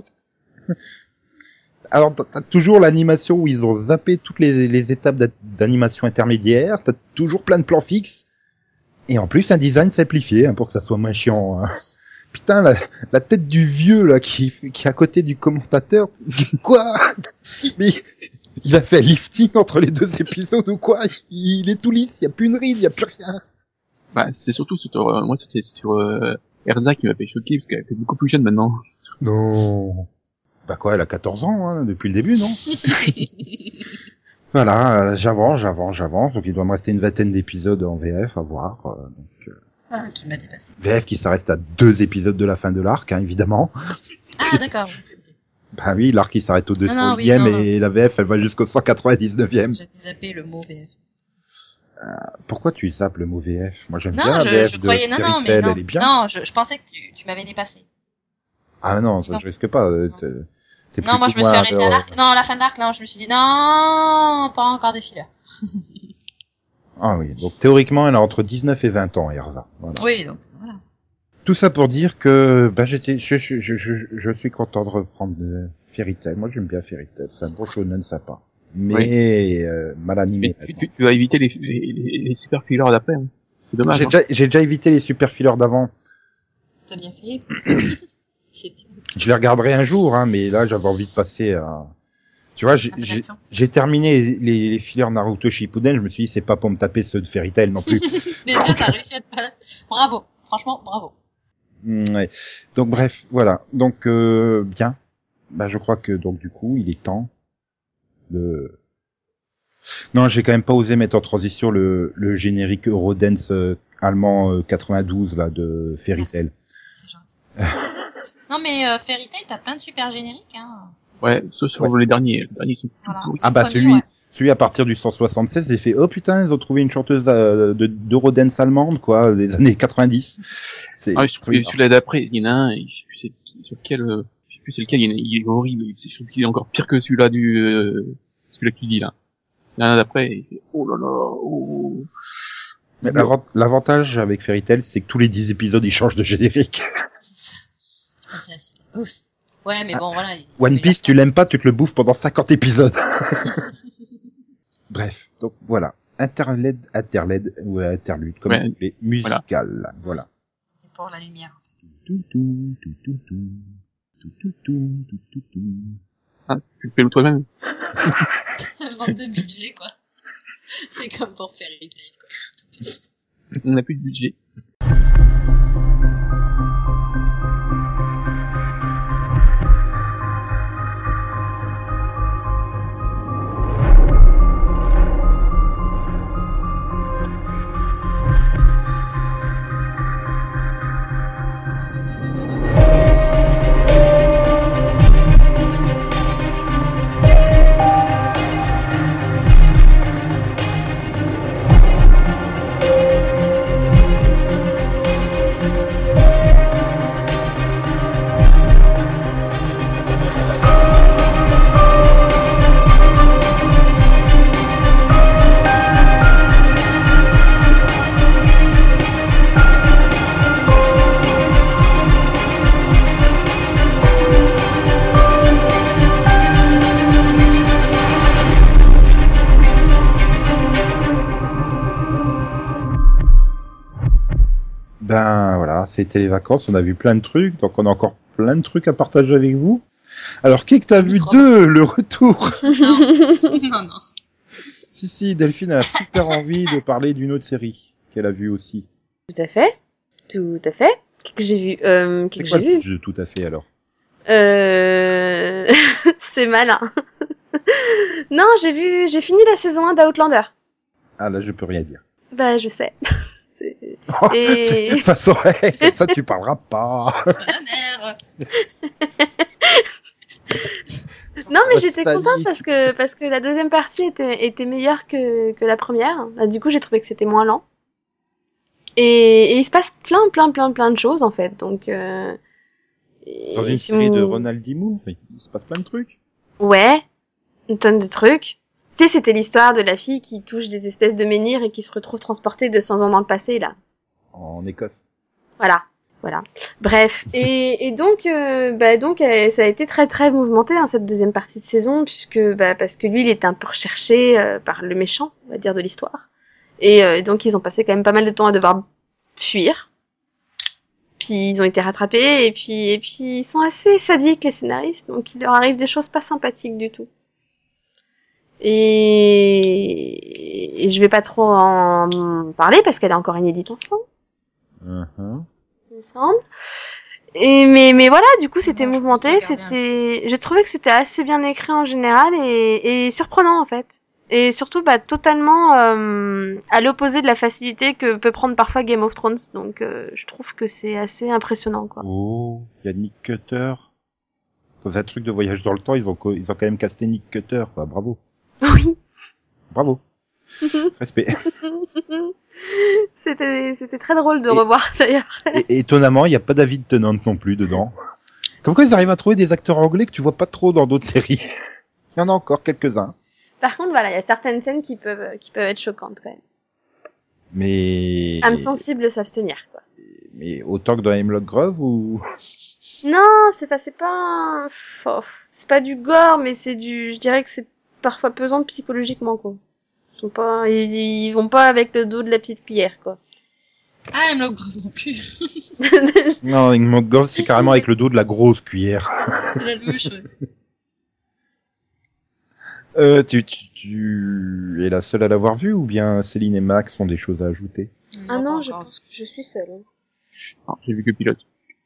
Alors t'as toujours l'animation où ils ont zappé toutes les, les étapes d'animation intermédiaire. T'as toujours plein de plans fixes. Et en plus, un design simplifié, hein, pour que ça soit moins chiant. Hein. Putain, la, la tête du vieux, là, qui, qui est à côté du commentateur. Quoi? Mais, il a fait un lifting entre les deux épisodes ou quoi? Il, il est tout lisse, il y a plus une ride, il y a plus rien. Bah, c'est surtout sur, euh, moi, c'était sur, euh, Erza qui m'a fait choquer, parce qu'elle est beaucoup plus jeune maintenant. Non. Bah quoi, elle a quatorze ans, hein, depuis le début, non? Voilà, euh, j'avance, j'avance, j'avance. Donc il doit me rester une vingtaine d'épisodes en V F à voir. Euh, donc, euh... Ah, qui m'a dépassé. V F qui s'arrête à deux épisodes de la fin de l'arc, hein, évidemment. Ah, d'accord. Bah oui, l'arc il s'arrête au deux centième oui, et la V F elle va jusqu'au cent quatre-vingt-dix-neuvième. J'avais zappé le mot V F. Euh, pourquoi tu zappes le mot V F? Moi j'aime non, bien je, la V F je croyais, de non, non, mais Fairy Tail, non, elle est bien. non, je, je pensais que tu, tu m'avais dépassé. Ah non, ça, non. je risque pas. T'es, t'es non, moi je me suis arrêté à l'arc. Non, à la fin de l'arc, non, je me suis dit non, pas encore des fillers. Ah oui, donc théoriquement elle a entre dix-neuf et vingt ans, Erza. Voilà. Oui, donc voilà. Tout ça pour dire que bah j'étais, je, je, je, je, je suis content de reprendre de Fairy Tail. Moi j'aime bien Fairy Tail, c'est un bon shonen sympa, mais oui. euh, mal animé. Tu, tu, tu vas éviter les, les, les super fillers d'après. Hein. C'est dommage. J'ai, hein. déjà, j'ai déjà évité les super fillers d'avant. T'as bien fait. Je les regarderai un jour, hein, mais là j'avais envie de passer à. Tu vois, j'ai, j'ai, j'ai terminé les, les fillers Naruto Shippuden, je me suis dit c'est pas pour me taper ceux de Fairy Tail non plus. Déjà t'as réussi à te... Bravo, franchement bravo. Ouais. Donc bref, voilà. Donc euh, bien. Bah je crois que donc du coup il est temps de. Non, j'ai quand même pas osé mettre en transition le, le générique Eurodance euh, allemand euh, quatre-vingt-douze là de Fairy Tail. C'est gentil. Non mais euh, Fairy Tail t'as plein de super génériques hein. Ouais, sauf sur ouais. les derniers. Les derniers sont voilà. Ah bah celui, ouais. celui à partir du cent soixante-seize, j'ai fait oh putain ils ont trouvé une chanteuse euh, de d'Eurodance allemande quoi, des années quatre-vingt-dix. C'est ah, je trouve que celui-là d'après, il y en a un, je sais plus c'est sur quel, euh, je sais plus c'est lequel, il, il est horrible. Je trouve qu'il est encore pire que celui-là du, euh, celui-là que tu dis là. C'est un d'après, il fait oh là là. Oh. Mais l'avant- l'avantage avec Fairy Tail, c'est que tous les dix épisodes ils changent de générique. C'est ça. Ouf. Ouais, mais bon, voilà. One Piece, tu l'aimes pas, tu te le bouffes pendant cinquante épisodes. Bref, donc voilà. Interlude, interlude, ou interlude, comme ouais, vous voulez, musical, voilà. voilà. C'était pour la lumière, en fait. Tout, tout, tout, tout, tout, tout, tout, tout, tout, tout, tout. Ah, tu le fais toi-même. Manque de budget, quoi. C'est comme pour Fairy Tail, quoi. On n'a plus de budget. c'était les vacances, on a vu plein de trucs, donc on a encore plein de trucs à partager avec vous. Alors, qui que t'as vu de le retour? Non, non, non. Si, si, Delphine a super envie de parler d'une autre série qu'elle a vue aussi. Tout à fait. Tout à fait. Qu'est-ce que j'ai vu euh, C'est Qu'est-ce quoi que le j'ai vu pitch de Tout à fait, alors? euh... C'est malin. Non, j'ai vu, j'ai fini la saison un d'Outlander. Ah, là, je peux rien dire. Bah, je sais. C'est... Oh, Et- c'est- ça saurait, comme ça tu parleras pas. La mère. Non, mais Oh, j'étais Sally, contente parce tu- que parce que la deuxième partie était était meilleure que que la première. Bah, du coup, j'ai trouvé que c'était moins lent. Et, et il se passe plein plein plein plein de choses en fait. Donc euh... Dans et une puis, série de on- Ronald D. Moore, il se passe plein de trucs. Ouais, une tonne de trucs. Tu sais, c'était l'histoire de la fille qui touche des espèces de menhirs et qui se retrouve transportée deux cents ans dans le passé là. En Écosse. Voilà, voilà. Bref, et, et donc, euh, bah donc, euh, ça a été très très mouvementé hein, cette deuxième partie de saison, puisque bah parce que lui, il était un peu recherché euh, par le méchant, on va dire, de l'histoire, et euh, donc ils ont passé quand même pas mal de temps à devoir fuir. Puis ils ont été rattrapés, et puis et puis ils sont assez sadiques les scénaristes, donc il leur arrive des choses pas sympathiques du tout. Et, et je vais pas trop en parler parce qu'elle est encore inédite en France. Uh-huh. Il me semble. Et mais mais voilà, du coup c'était Non, je mouvementé, peux regarder c'était, j'ai trouvé que c'était assez bien écrit en général et, et surprenant en fait. Et surtout bah totalement euh, à l'opposé de la facilité que peut prendre parfois Game of Thrones. Donc euh, je trouve que c'est assez impressionnant quoi. Oh, il y a Nick Cutter. Dans un truc de voyage dans le temps, ils ont, co- ils ont quand même casté Nick Cutter, quoi. Bravo. Oui. Bravo. Respect. C'était c'était très drôle de Et- revoir d'ailleurs. Et, et étonnamment, il n'y a pas David Tennant non plus dedans. Comme quoi ils arrivent à trouver des acteurs anglais que tu vois pas trop dans d'autres séries. Il y en a encore quelques-uns. Par contre voilà, il y a certaines scènes qui peuvent qui peuvent être choquantes quand même. Mais... Âme sensible s'abstenir quoi. Mais autant que dans Hemlock Grove ou... Non, c'est pas, c'est pas, un- oh, c'est pas du gore, mais c'est du, je dirais que c'est parfois pesant psychologiquement, quoi. Ils sont pas, ils, ils vont pas avec le dos de la petite cuillère, quoi. Ah, Hemlock Grove non plus. Non, Hemlock Grove, c'est carrément avec le dos de la grosse cuillère. La louche, ouais. Euh, tu, tu, tu es la seule à l'avoir vu ou bien Céline et Max ont des choses à ajouter? Ah non, pas je encore. pense que je suis seule. hein. Non, j'ai vu que le pilote.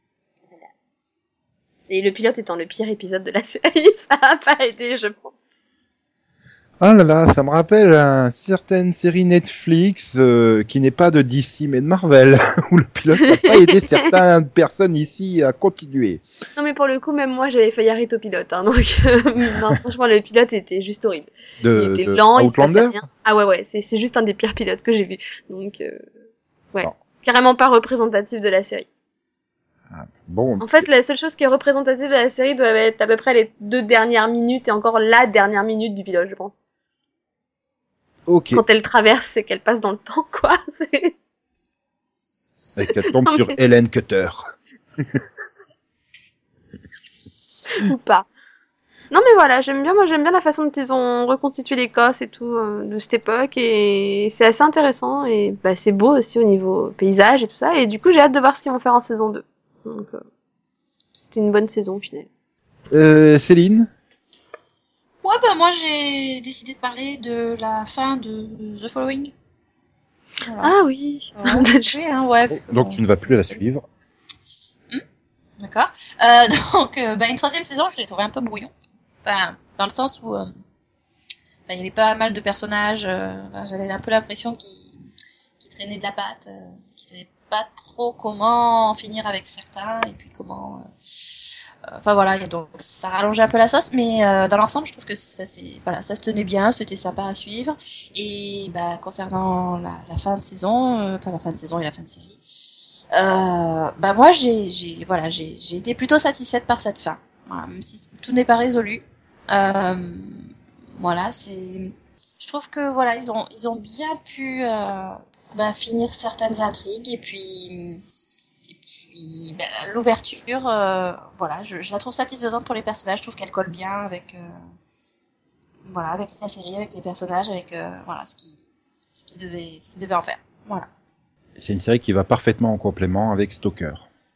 Et le pilote étant le pire épisode de la série, ça a pas aidé, je pense. Ah là là, ça me rappelle une certaine série Netflix euh, qui n'est pas de D C mais de Marvel, où le pilote n'a pas aidé certaines personnes ici à continuer. Non mais pour le coup, même moi j'avais failli arrêter au pilote, hein, donc euh, non, franchement le pilote était juste horrible. De, il était de lent, il se Outlander. passait rien. Ah ouais ouais, c'est c'est juste un des pires pilotes que j'ai vu. Donc euh, ouais, Non. carrément pas représentatif de la série. Bon, En fait, la seule chose qui est représentative de la série doit être à peu près les deux dernières minutes et encore la dernière minute du pilote, je pense. ok. Quand elle traverse et qu'elle passe dans le temps, quoi. C'est... Et qu'elle tombe Non, sur mais- Helen Cutter. Ou pas. Non mais voilà, j'aime bien, moi j'aime bien la façon dont ils ont reconstitué l'Écosse et tout euh, de cette époque et c'est assez intéressant et bah, c'est beau aussi au niveau paysage et tout ça et du coup j'ai hâte de voir ce qu'ils vont faire en saison deux. Donc euh, c'était une bonne saison au final. Euh, Céline. Ouais, bah moi j'ai décidé de parler de la fin de The Following. Voilà. Ah oui. Euh, oui, hein, ouais. Donc tu ne vas plus la suivre. D'accord. Euh, donc, euh, bah, une troisième saison, je l'ai trouvé un peu brouillon. Enfin, dans le sens où euh, enfin, il y avait pas mal de personnages. Euh, enfin, j'avais un peu l'impression qu'ils qu'ils traînaient de la patte, euh, qu'ils savaient pas trop comment en finir avec certains, et puis comment. Euh, euh, enfin voilà, et donc ça rallongeait un peu la sauce, mais euh, dans l'ensemble, je trouve que ça, c'est, voilà, ça se tenait bien, c'était sympa à suivre. Et bah, concernant la, la fin de saison, euh, enfin la fin de saison et la fin de série. Euh, bah moi j'ai j'ai voilà j'ai j'ai été plutôt satisfaite par cette fin, voilà, même si tout n'est pas résolu. Euh, voilà, c'est je trouve que voilà ils ont ils ont bien pu euh, bah, finir certaines intrigues et puis et puis bah, l'ouverture euh, voilà je, je la trouve satisfaisante pour les personnages. Je trouve qu'elle colle bien avec euh, voilà avec la série, avec les personnages, avec euh, voilà ce qui ce qui devait ce qui devait en faire. Voilà. c'est une série qui va parfaitement en complément avec Stalker.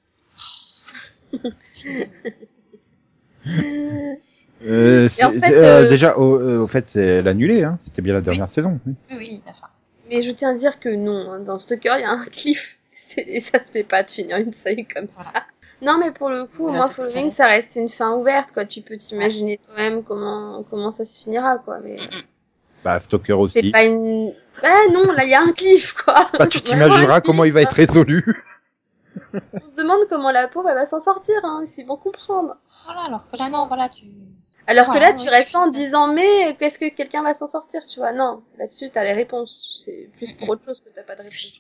euh, c'est, en fait, c'est, euh, euh... déjà, au, euh, au fait, c'est elle a annulé, hein. C'était bien la dernière oui. saison. Oui, oui, oui, la fin. Mais je tiens à dire que non, hein, dans Stalker, il y a un cliff. C'est... Et ça se fait pas de finir une série comme ça. Voilà. Non, mais pour le coup, Là, moi, c'est Following, plus ça reste une fin ouverte, quoi. Tu peux t'imaginer toi-même comment, comment ça se finira, quoi. Mais bah, Stalker aussi. c'est pas une... Bah non, là, il y a un cliff, quoi. Bah, tu t'imagineras comment il va être résolu. On se demande comment la pauvre, elle va s'en sortir, hein, s'ils vont comprendre. Voilà, alors que là, non, voilà, tu... Alors voilà, que là, tu oui, restes tu en fais- disant, mais qu'est-ce que quelqu'un va s'en sortir, tu vois? Non, là-dessus, t'as les réponses. C'est plus pour autre chose que t'as pas de réponse.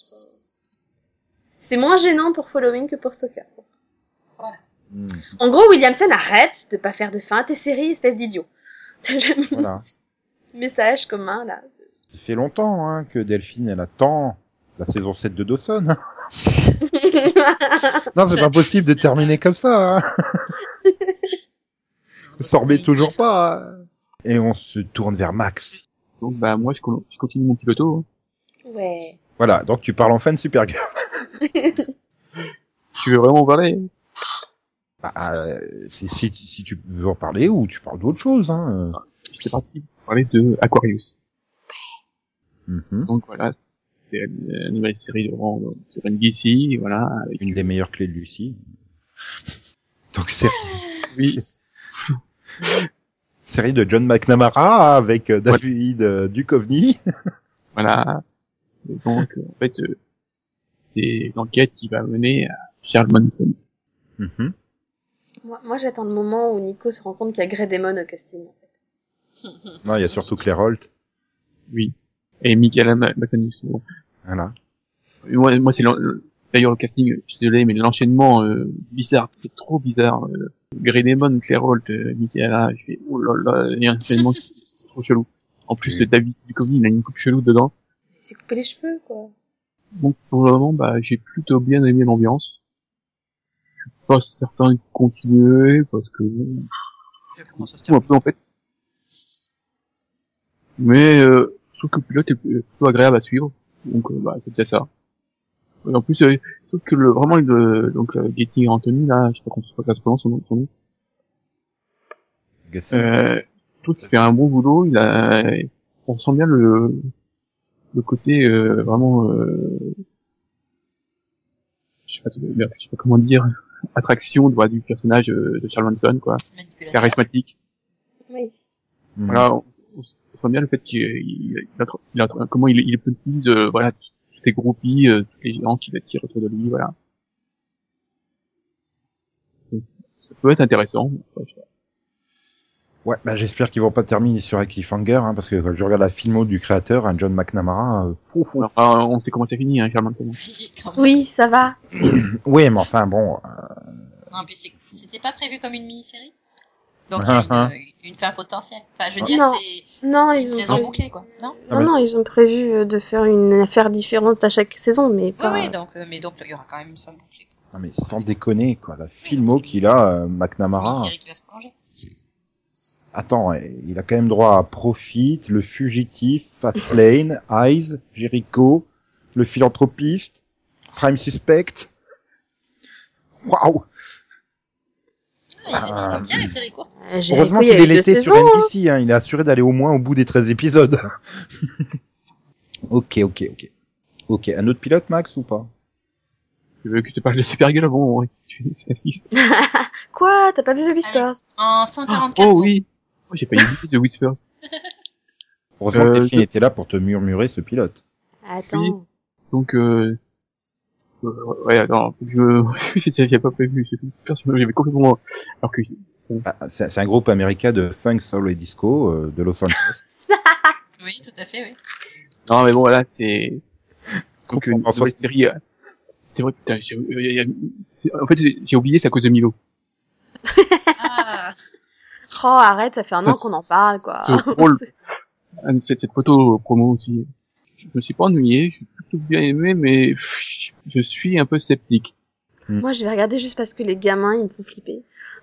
C'est moins gênant pour Following que pour Stalker. Hmm. En gros, Williamson, arrête de pas faire de fin à tes séries, espèce d'idiot. Voilà. Message commun, là. Ça fait longtemps hein, que Delphine, elle attend la saison sept de Dawson. Non, c'est pas possible de terminer comme ça. Hein. Sorbet toujours pas. Hein. Et on se tourne vers Max. Donc bah moi je, con- je continue mon piloto. Hein. Ouais. Voilà, donc tu parles enfin de Supergirl. Tu veux vraiment en parler? Bah, euh, si, si, si tu veux en parler ou tu parles d'autre chose. Hein. J'étais parti pour parler de Aquarius. Mm-hmm. Donc voilà, c'est une nouvelle série de rang sur N B C, voilà. Avec Une des meilleures clés de Lucie. Donc c'est oui, série de John McNamara avec euh, David euh, Duchovny. voilà. Et donc en fait, euh, c'est l'enquête qui va mener à Charles Manson. Mm-hmm. Moi, moi, j'attends le moment où Nico se rend compte qu'il y a Grey Demon au casting, en fait. Non, il y a surtout Claire Holt. Oui. Et Michaela McAnus. Bon. Voilà. Moi, moi c'est l'en- d'ailleurs le casting, je suis désolé, mais l'enchaînement euh, bizarre, c'est trop bizarre. Euh, Grey Demon, Claire Holt, euh, Michaela, je fais oh là là, il y a un enchaînement qui est trop chelou. En plus, Oui. David Duchovny, il a une coupe chelou dedans. Il s'est coupé les cheveux, quoi. Donc pour le moment, bah j'ai plutôt bien aimé l'ambiance. Je suis pas certain de continuer parce que bon, Je vais commencer à se tout un peu en fait. Mais euh, je trouve que le pilote est plutôt agréable à suivre. Donc euh, bah c'est déjà ça. Et en plus, euh, je trouve que le, vraiment le donc euh, Getty Anthony là, je sais pas comment ça se prononce son nom. Son nom. Gaston. Euh, je trouve qu'il fait un bon boulot. Il a, on sent bien le le côté euh, vraiment, euh, je sais pas, merde, je sais pas comment dire, attraction voilà, du personnage euh, de Charles Manson, quoi, Manipulateur. charismatique. Oui. Mm. Voilà, on, on sent bien le fait qu'il il, il a, il a, comment il, il hypnotise, euh, voilà, tous ses groupies, euh, tous les gens qui qui autour de lui, voilà. Donc, ça peut être intéressant. Ouais, je sais pas. Ouais, bah j'espère qu'ils vont pas terminer sur un cliffhanger, hein, parce que quand je regarde la filmo du créateur, un John McNamara. Euh, ouf, ouf. Enfin, on sait comment c'est fini, hein, Charles Manson. Oui, quand même. Oui, ça va. Oui, mais enfin bon. Euh, Non, puis c'est- c'était pas prévu comme une mini-série. Donc il y a une, une fin potentielle. Enfin, je veux dire, Non. c'est Non, une ils ont saison prévu... bouclée, quoi. Non Ah, Non, mais- non, ils ont prévu euh, de faire une affaire différente à chaque saison, mais Oui, pas... oui, donc, euh, mais donc il y aura quand même une fin bouclée. non mais sans déconner, quoi, la filmo qu'il a, euh, Une McNamara. mini-série qui va se prolonger. Attends, euh, il a quand même droit à Profit, Le Fugitif, Fastlane, Eyes, Jericho, Le Philanthropiste, Prime Suspect. Waouh! Ah, il aime bien les séries courtes. Euh, Jericho, Heureusement il y a qu'il est eu deux l'été sur saisons, N B C, hein. Il est assuré d'aller au moins au bout des treize épisodes. Ok, ok, ok. Ok, un autre pilote, Max, ou pas? Tu veux que je te parle de Supergirl? Bon, ouais, tu insistes. hein. Quoi? T'as pas vu The Whispers? En cent quarante-quatre. Oh oui! Oh, j'ai pas une idée de Whispers. Heureusement Euh, que Delphine je- était là pour te murmurer ce pilote. Attends. Oui. Donc, euh, euh, ouais, attends, je, j'avais pas prévu, j'ai fait Whispers, j'avais complètement, alors que, Ah, c'est c'est un groupe américain de funk, soul et disco euh, de Los Angeles. Oui, tout à fait, oui. non, mais bon, voilà, c'est, donc, Comprends, une François. nouvelle série, euh, c'est vrai, putain, j'ai, euh, y a- c'est- en fait, j'ai j'ai oublié, c'est à cause de Milo. Ah, Oh, arrête, ça fait un an Ça, qu'on en parle, quoi. Ce rôle, euh, cette, cette photo promo aussi. Je me suis pas ennuyé, j'ai plutôt bien aimé, mais pff, je suis un peu sceptique. Moi, je vais regarder juste parce que les gamins, ils me font flipper.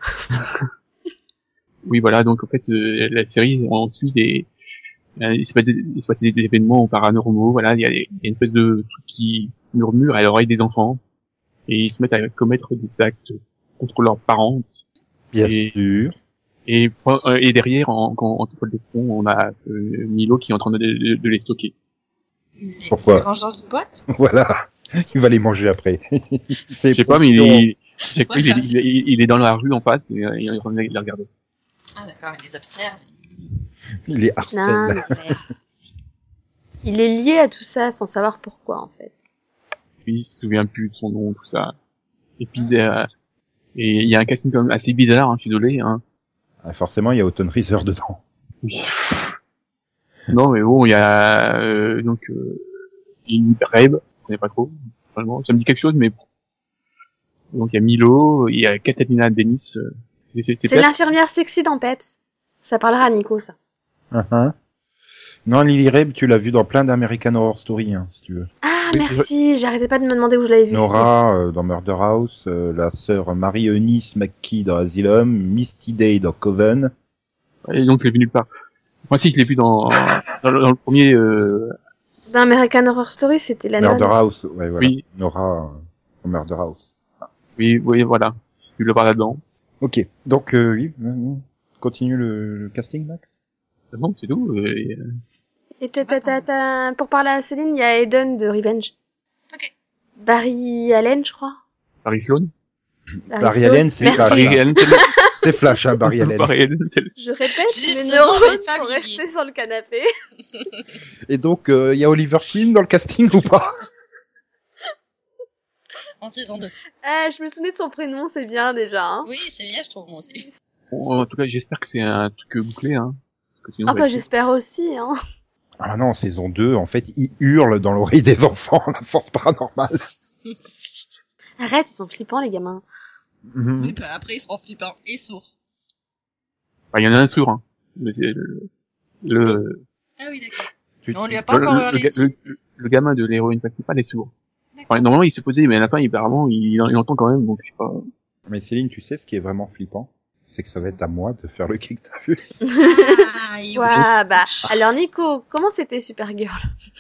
Oui, voilà, donc en fait, euh, la série, on suit des, euh, il se passe des, il se passe des événements paranormaux, voilà, il y a, des- il y a une espèce de truc qui murmurent à l'oreille des enfants et ils se mettent à commettre des actes contre leurs parents. Bien et, sûr. Et, et derrière, en, en, en toile de fond, on a euh, Milo qui est en train de, de, de les stocker. Les, Pourquoi les rangeurs d'une boîte. Voilà. Il va les manger après. Je sais pas, mais il est, j'ai cru Voilà, qu'il est, il, il est dans la rue en face et euh, il est en train de les regarder. Ah d'accord, il les observe. Il les harcèle. Non, mais... Il est lié à tout ça sans savoir pourquoi, en fait. Puis il se souvient plus de son nom, tout ça. Et puis, euh, et il y a un casting quand même assez bizarre, hein, je suis désolé, hein. Ah, forcément, il y a Autumn Reeser dedans. Oui. Non, mais bon, il y a, euh, donc, euh, une Reb, je connais pas trop, vraiment. Ça me dit quelque chose, mais donc il y a Milo, il y a Catalina Dennis, euh, c'est, c'est, c'est, C'est l'infirmière sexy dans Peps. Ça parlera à Nico, ça. Uh-huh. Non, Lily Reb, tu l'as vu dans plein d'American Horror Story, hein, si tu veux. Ah, Oui, merci, j'arrêtais pas de me demander où je l'avais vu. Nora euh, dans Murder House, euh, la sœur Marie-Eunice McKee dans Asylum, Misty Day dans Coven. Et donc je l'ai vu nulle part. Moi si, je l'ai vu dans, dans, le, dans le premier, euh... Dans American Horror Story, c'était la Murder nonne. House, ouais, voilà. Oui. Nora euh, dans Murder House. oui, oui, voilà. Je le voir là-dedans. Ok, donc euh, oui, euh, continue le, le casting, Max. Non, c'est tout. Et, euh... Et ta, ta, ta, ta... pour parler à Céline, il y a Eden de Revenge. Ok. Barry Allen, je crois. Paris Sloan. Barry Sloan. Allen, c'est Merci. Flash. Barry hein. Allen, c'est le... C'est Flash, hein, Barry Allen. Barry Allen, c'est le... Je répète, J'ai mes ce nom, neurones mais sont familier. restés sur le canapé. Et donc, il euh, y a Oliver Queen dans le casting ou pas? En saison deux. Ah, je me souvenais de son prénom, c'est bien déjà. Hein. Oui, c'est bien, je trouve, moi aussi. Bon, en tout cas, j'espère que c'est un truc bouclé, hein. Parce que sinon, Ah ça va bah être- j'espère aussi. Hein. Ah non, saison deux, en fait, il hurle dans l'oreille des enfants, la force paranormale. Arrête, ils sont flippants les gamins. Mhm. Oui, bah après, ils seront flippants et sourds. Enfin, il y en a un sourd, hein. Le, le, le, Ah oui, d'accord. Tu- Non, on lui tu- a pas le, encore le, hurlé le, dessus. le- le gamin de l'héroïne principale est sourd. D'accord. Enfin, normalement, il se posait, mais à la fin, il, apparemment, il, il entend quand même, donc je sais pas. Mais Céline, tu sais ce qui est vraiment flippant? C'est que ça va être à moi de faire le kick que t'as vu. Ah, et oui. Ouais, bah alors Nico, comment c'était Supergirl?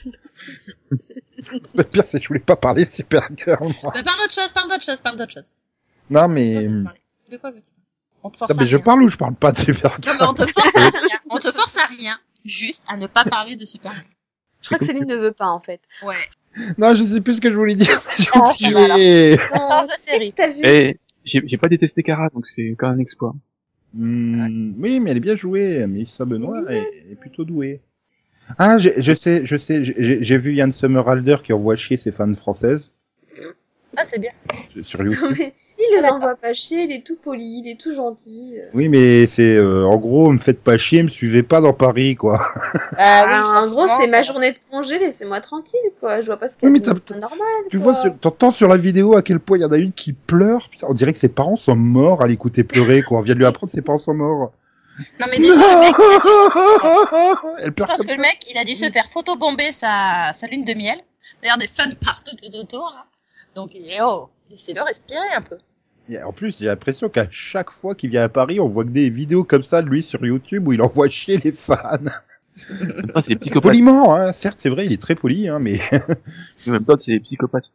Le pire, c'est que je voulais pas parler de Supergirl, moi. Bah, parle d'autre chose, parle d'autre chose, parle d'autre chose. Non, mais... De quoi veux-tu parler? On te force Non, à mais je rien. parle ou je parle pas de Non, Supergirl? mais on te force à rien. On te force à rien. Juste à ne pas parler de Superman. Je crois que Céline ne veut pas en fait. Ouais. Non, je sais plus ce que je voulais dire. J'ai Ah, oublié. On change de série. T'as vu? Eh, j'ai, j'ai pas détesté Kara, donc c'est quand même un exploit. Hmm, oui, mais elle est bien jouée. Mélissa Benoît est, est plutôt douée. Ah, je, je sais, je sais. J'ai, j'ai vu Yann Sommerhalder qui envoie chier ses fans françaises Ah, c'est bien. sur YouTube. Non, mais il les D'accord. envoie pas chier, il est tout poli, il est tout gentil. euh. Oui, mais c'est euh, en gros, me faites pas chier, me suivez pas dans Paris, quoi. Ah, oui, Ah, en forcément, gros, c'est ma quoi. journée de congé, laissez-moi tranquille, quoi. Je vois pas ce qu'il y Oui, a mais de t'as- de normal. Tu quoi. vois, sur- t'entends sur la vidéo à quel point il y en a une qui pleure. Putain, on dirait que ses parents sont morts à l'écouter pleurer, quoi. On vient de lui apprendre que ses parents sont morts. Non, mais déjà, le mec, il a dû se- Elle je pleure pense comme que le ça. mec, il a dû se faire photobomber sa, sa lune de miel. D'ailleurs, des fans partout tout autour, là. Donc, eh oh, laissez-le respirer un peu. Et en plus, j'ai l'impression qu'à chaque fois qu'il vient à Paris, on voit que des vidéos comme ça de lui sur YouTube où il envoie chier les fans. Ah, c'est des psychopathes. Poliment, hein. Certes, c'est vrai, il est très poli, hein, mais En même temps, c'est des psychopathes.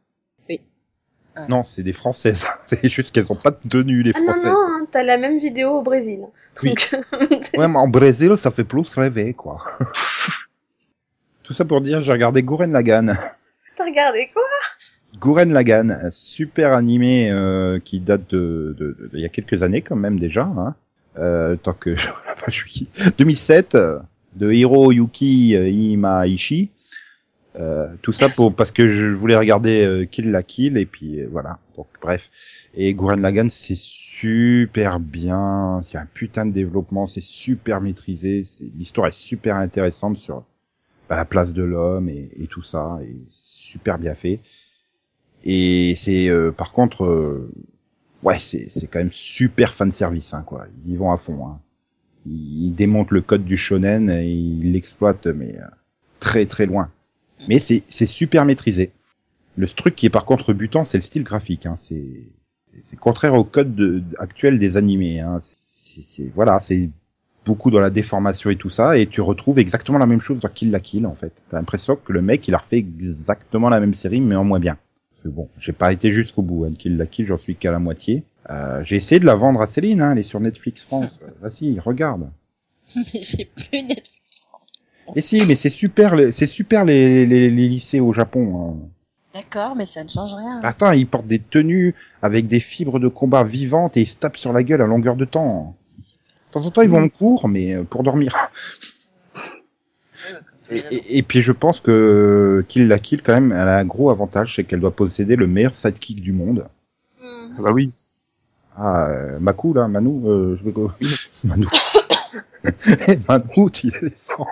non, c'est des Françaises. C'est juste qu'elles ont pas de tenue, les Ah non, Françaises. non, hein, t'as la même vidéo au Brésil. Oui. Donc, Ouais, mais en Brésil, ça fait plus rêver, quoi. Tout ça pour dire, j'ai regardé Gurren Lagann. t'as regardé quoi? Gurren Lagann, un super animé euh, qui date de, de, de, de il y a quelques années quand même déjà, hein. Euh, tant que je je suis deux mille sept euh, de Hiroyuki Imaishi. Euh, tout ça pour parce que je voulais regarder euh, Kill la Kill et puis euh, voilà. Donc bref. Et Gurren Lagann c'est super bien, il y a un putain de développement, c'est super maîtrisé, c'est l'histoire est super intéressante sur bah, la place de l'homme et, et tout ça et c'est super bien fait. Et c'est euh, par contre euh, ouais, c'est c'est quand même super fan service hein quoi. Ils y vont à fond hein. Ils, ils démontent le code du shonen et ils l'exploitent mais euh, très très loin. Mais c'est c'est super maîtrisé. Le truc qui est par contre butant, c'est le style graphique hein, c'est c'est, c'est contraire au code de, actuel des animés hein. C'est, c'est voilà, c'est beaucoup dans la déformation et tout ça et tu retrouves exactement la même chose dans Kill la Kill en fait. T'as l'impression que le mec, il a refait exactement la même série mais en moins bien. Parce que bon, j'ai pas été jusqu'au bout. Hein. Kill la Kill, j'en suis qu'à la moitié. Euh, j'ai essayé de la vendre à Céline, hein, elle est sur Netflix France. Vas-y, regarde. Mais j'ai plus Netflix France. Bon. Et si, mais c'est super, les- c'est super les, les, les lycées au Japon. Hein. D'accord, mais ça ne change rien. Attends, ils portent des tenues avec des fibres de combat vivantes et ils se tapent sur la gueule à longueur de temps. De temps en temps, ils vont en cours, mais euh, pour dormir. Et, et, et puis je pense que Kill la Kill, quand même, elle a un gros avantage, c'est qu'elle doit posséder le meilleur sidekick du monde. Hmm. Ah bah oui. Ah, euh, Maku, là, Manu, euh, je vais go... Manu. Manu, tu descends.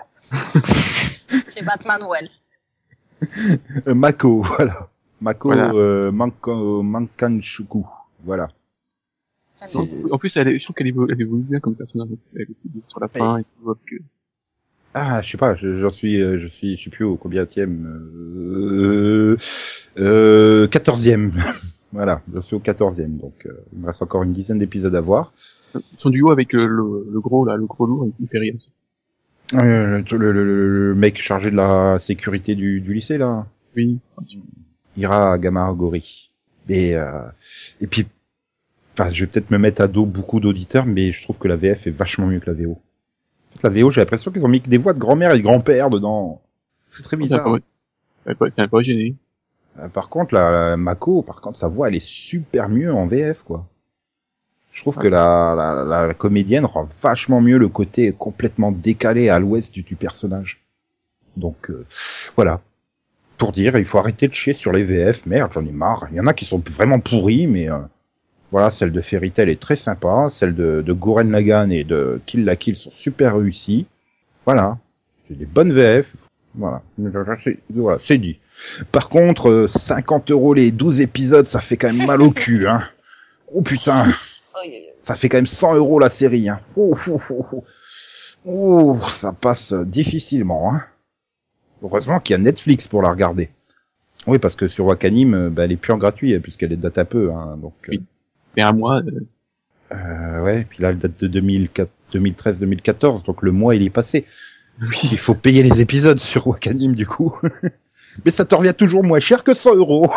C'est Batman Noël. Euh, Mako, voilà. Mako, Voilà. euh, Manko, Mankanshuku, voilà. Ah, C'est- bon. En plus, elle est, je trouve qu'elle évolue, elle évolue bien comme personnage. Elle aussi, sur la fin, et tout, hop, que... Ah, je sais pas, je- j'en suis, euh, je suis, je sais plus au combienième, euh, euh, quatorzième. Voilà, je suis au quatorzième, donc euh, il me reste encore une dizaine d'épisodes à voir. Son duo avec euh, le, le gros, là, le gros lourd, il fait rire aussi. Euh, le, le, le, le mec chargé de la sécurité du, du lycée là, Oui. Ira Gamagori. Et euh, et puis, enfin, je vais peut-être me mettre à dos beaucoup d'auditeurs, mais je trouve que la V F est vachement mieux que la V O. En fait, la V O, j'ai l'impression qu'ils ont mis que des voix de grand-mère et de grand-père dedans. C'est très bizarre. Ça m'a pas, ça m'a pas gêné. Euh, Par contre, la, la Mako, par contre, sa voix, elle est super mieux en V F, quoi. Je trouve Ouais. que la, la, la, la comédienne rend vachement mieux le côté complètement décalé à l'ouest du, du personnage. Donc, euh, voilà. Pour dire, il faut arrêter de chier sur les V F. Merde, j'en ai marre. Il y en a qui sont vraiment pourris, mais euh, voilà, celle de Fairy Tail est très sympa. Celle de, de Gurren Lagann et de Kill la Kill sont super réussies. Voilà. C'est des bonnes V F. Voilà. C'est, voilà, c'est dit. Par contre, euh, cinquante euros les douze épisodes, ça fait quand même mal au cul, hein. Oh putain, Oh, yeah, yeah. ça fait quand même cent euros la série, hein. Oh, oh, oh, oh. Oh, ça passe difficilement, hein. Heureusement qu'il y a Netflix pour la regarder. Oui, parce que sur Wakanim, euh, bah, elle est plus en gratuit, hein, puisqu'elle date un peu, hein. Donc, euh, Oui. Mais un mois, euh, euh, ouais, puis là, elle date de deux mille quatre, deux mille treize deux mille quatorze, donc le mois, il est passé. oui. Il faut payer les épisodes sur Wakanim, du coup. Mais ça te revient toujours moins cher que cent euros.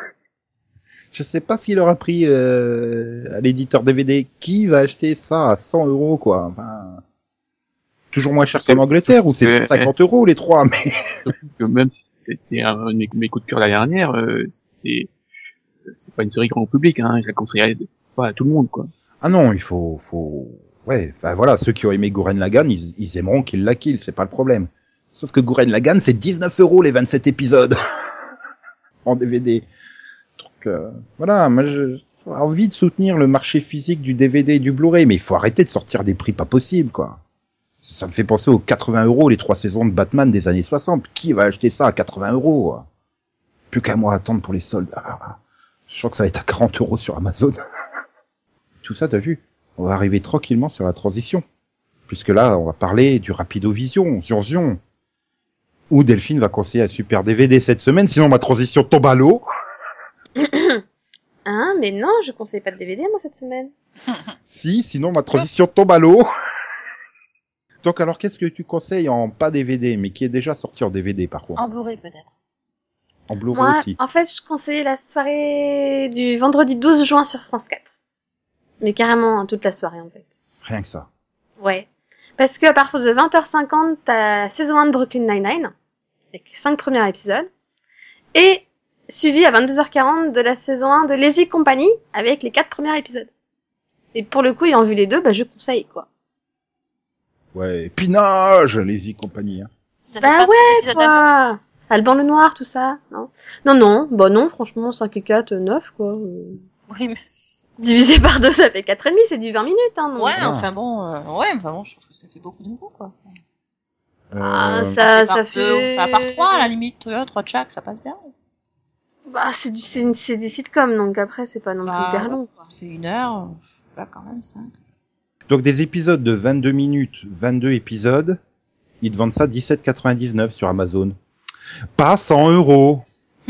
Je sais pas ce qu'il aura pris euh, à l'éditeur D V D. Qui va acheter ça à cent euros, quoi. Enfin, toujours moins cher C'est- qu'en Angleterre, où c'est c'est- cent cinquante euros les trois. Mais Surtout que même si c'était un de mes, mes coups de cœur la dernière, euh, c'est, c'est pas une série grand public, hein. Je la conseillerais pas à tout le monde, quoi. ah non, il faut, faut, ouais, bah voilà, ceux qui ont aimé Gurren Lagann, ils, ils aimeront Kill la Kill, c'est pas le problème. Sauf que Gurren Lagann, c'est dix-neuf euros les vingt-sept épisodes en D V D. Donc euh, voilà, moi j'ai envie de soutenir le marché physique du D V D et du Blu-ray, mais il faut arrêter de sortir des prix pas possibles, quoi. Ça me fait penser aux quatre-vingts euros les trois saisons de Batman des années soixante. Qui va acheter ça à quatre-vingts euros? Plus qu'à moi attendre pour les soldes. Ah, je sens que ça va être à quarante euros sur Amazon. Tout ça, t'as vu? On va arriver tranquillement sur la transition. Puisque là, on va parler du Rapido-Vision, Zion Zion. Où Delphine va conseiller un super D V D cette semaine, sinon ma transition tombe à l'eau. Hein, mais non, je conseille pas de D V D, moi, cette semaine. Si, sinon ma transition tombe à l'eau. Donc alors, qu'est-ce que tu conseilles en pas D V D, mais qui est déjà sorti en D V D par contre? En Blu-ray peut-être. En Blu-ray Moi, aussi. en fait, je conseillais la soirée du vendredi douze juin sur France quatre. Mais carrément, hein, toute la soirée, en fait. Rien que ça. Ouais. Parce que à partir de vingt heures cinquante, t'as la saison un de Brooklyn Nine-Nine, avec les cinq premiers épisodes, et suivi à vingt-deux heures quarante de la saison un de Lazy Company, avec les quatre premiers épisodes. Et pour le coup, ayant vu les deux, bah je conseille, quoi. Ouais, Pinage, les y compagnie. Hein. Ça fait Bah pas trop ouais, d'épisodes d'un quoi. Alban le Noir, tout ça, non? Non, non, bah non, franchement, cinq et quatre, neuf, quoi. Euh, coup. Oui, mais... Divisé par deux, ça fait quatre et demi, c'est du vingt minutes, hein, non? Ouais, Ah. enfin bon, euh, ouais, enfin bon, je trouve que ça fait beaucoup de nouveaux, quoi. Ah, Euh, ça, C'est ça par fait... deux, enfin, par trois, à la limite, tu vois, trois de chaque, ça passe bien. Bah, c'est du, c'est, une- c'est des sitcoms, donc après, c'est pas non plus Bah, hyper ouais, long. ça fait une heure, euh, là, quand même, cinq. Donc des épisodes de vingt-deux minutes, vingt-deux épisodes, ils te vendent ça dix-sept quatre-vingt-dix-neuf sur Amazon. Pas cent euros.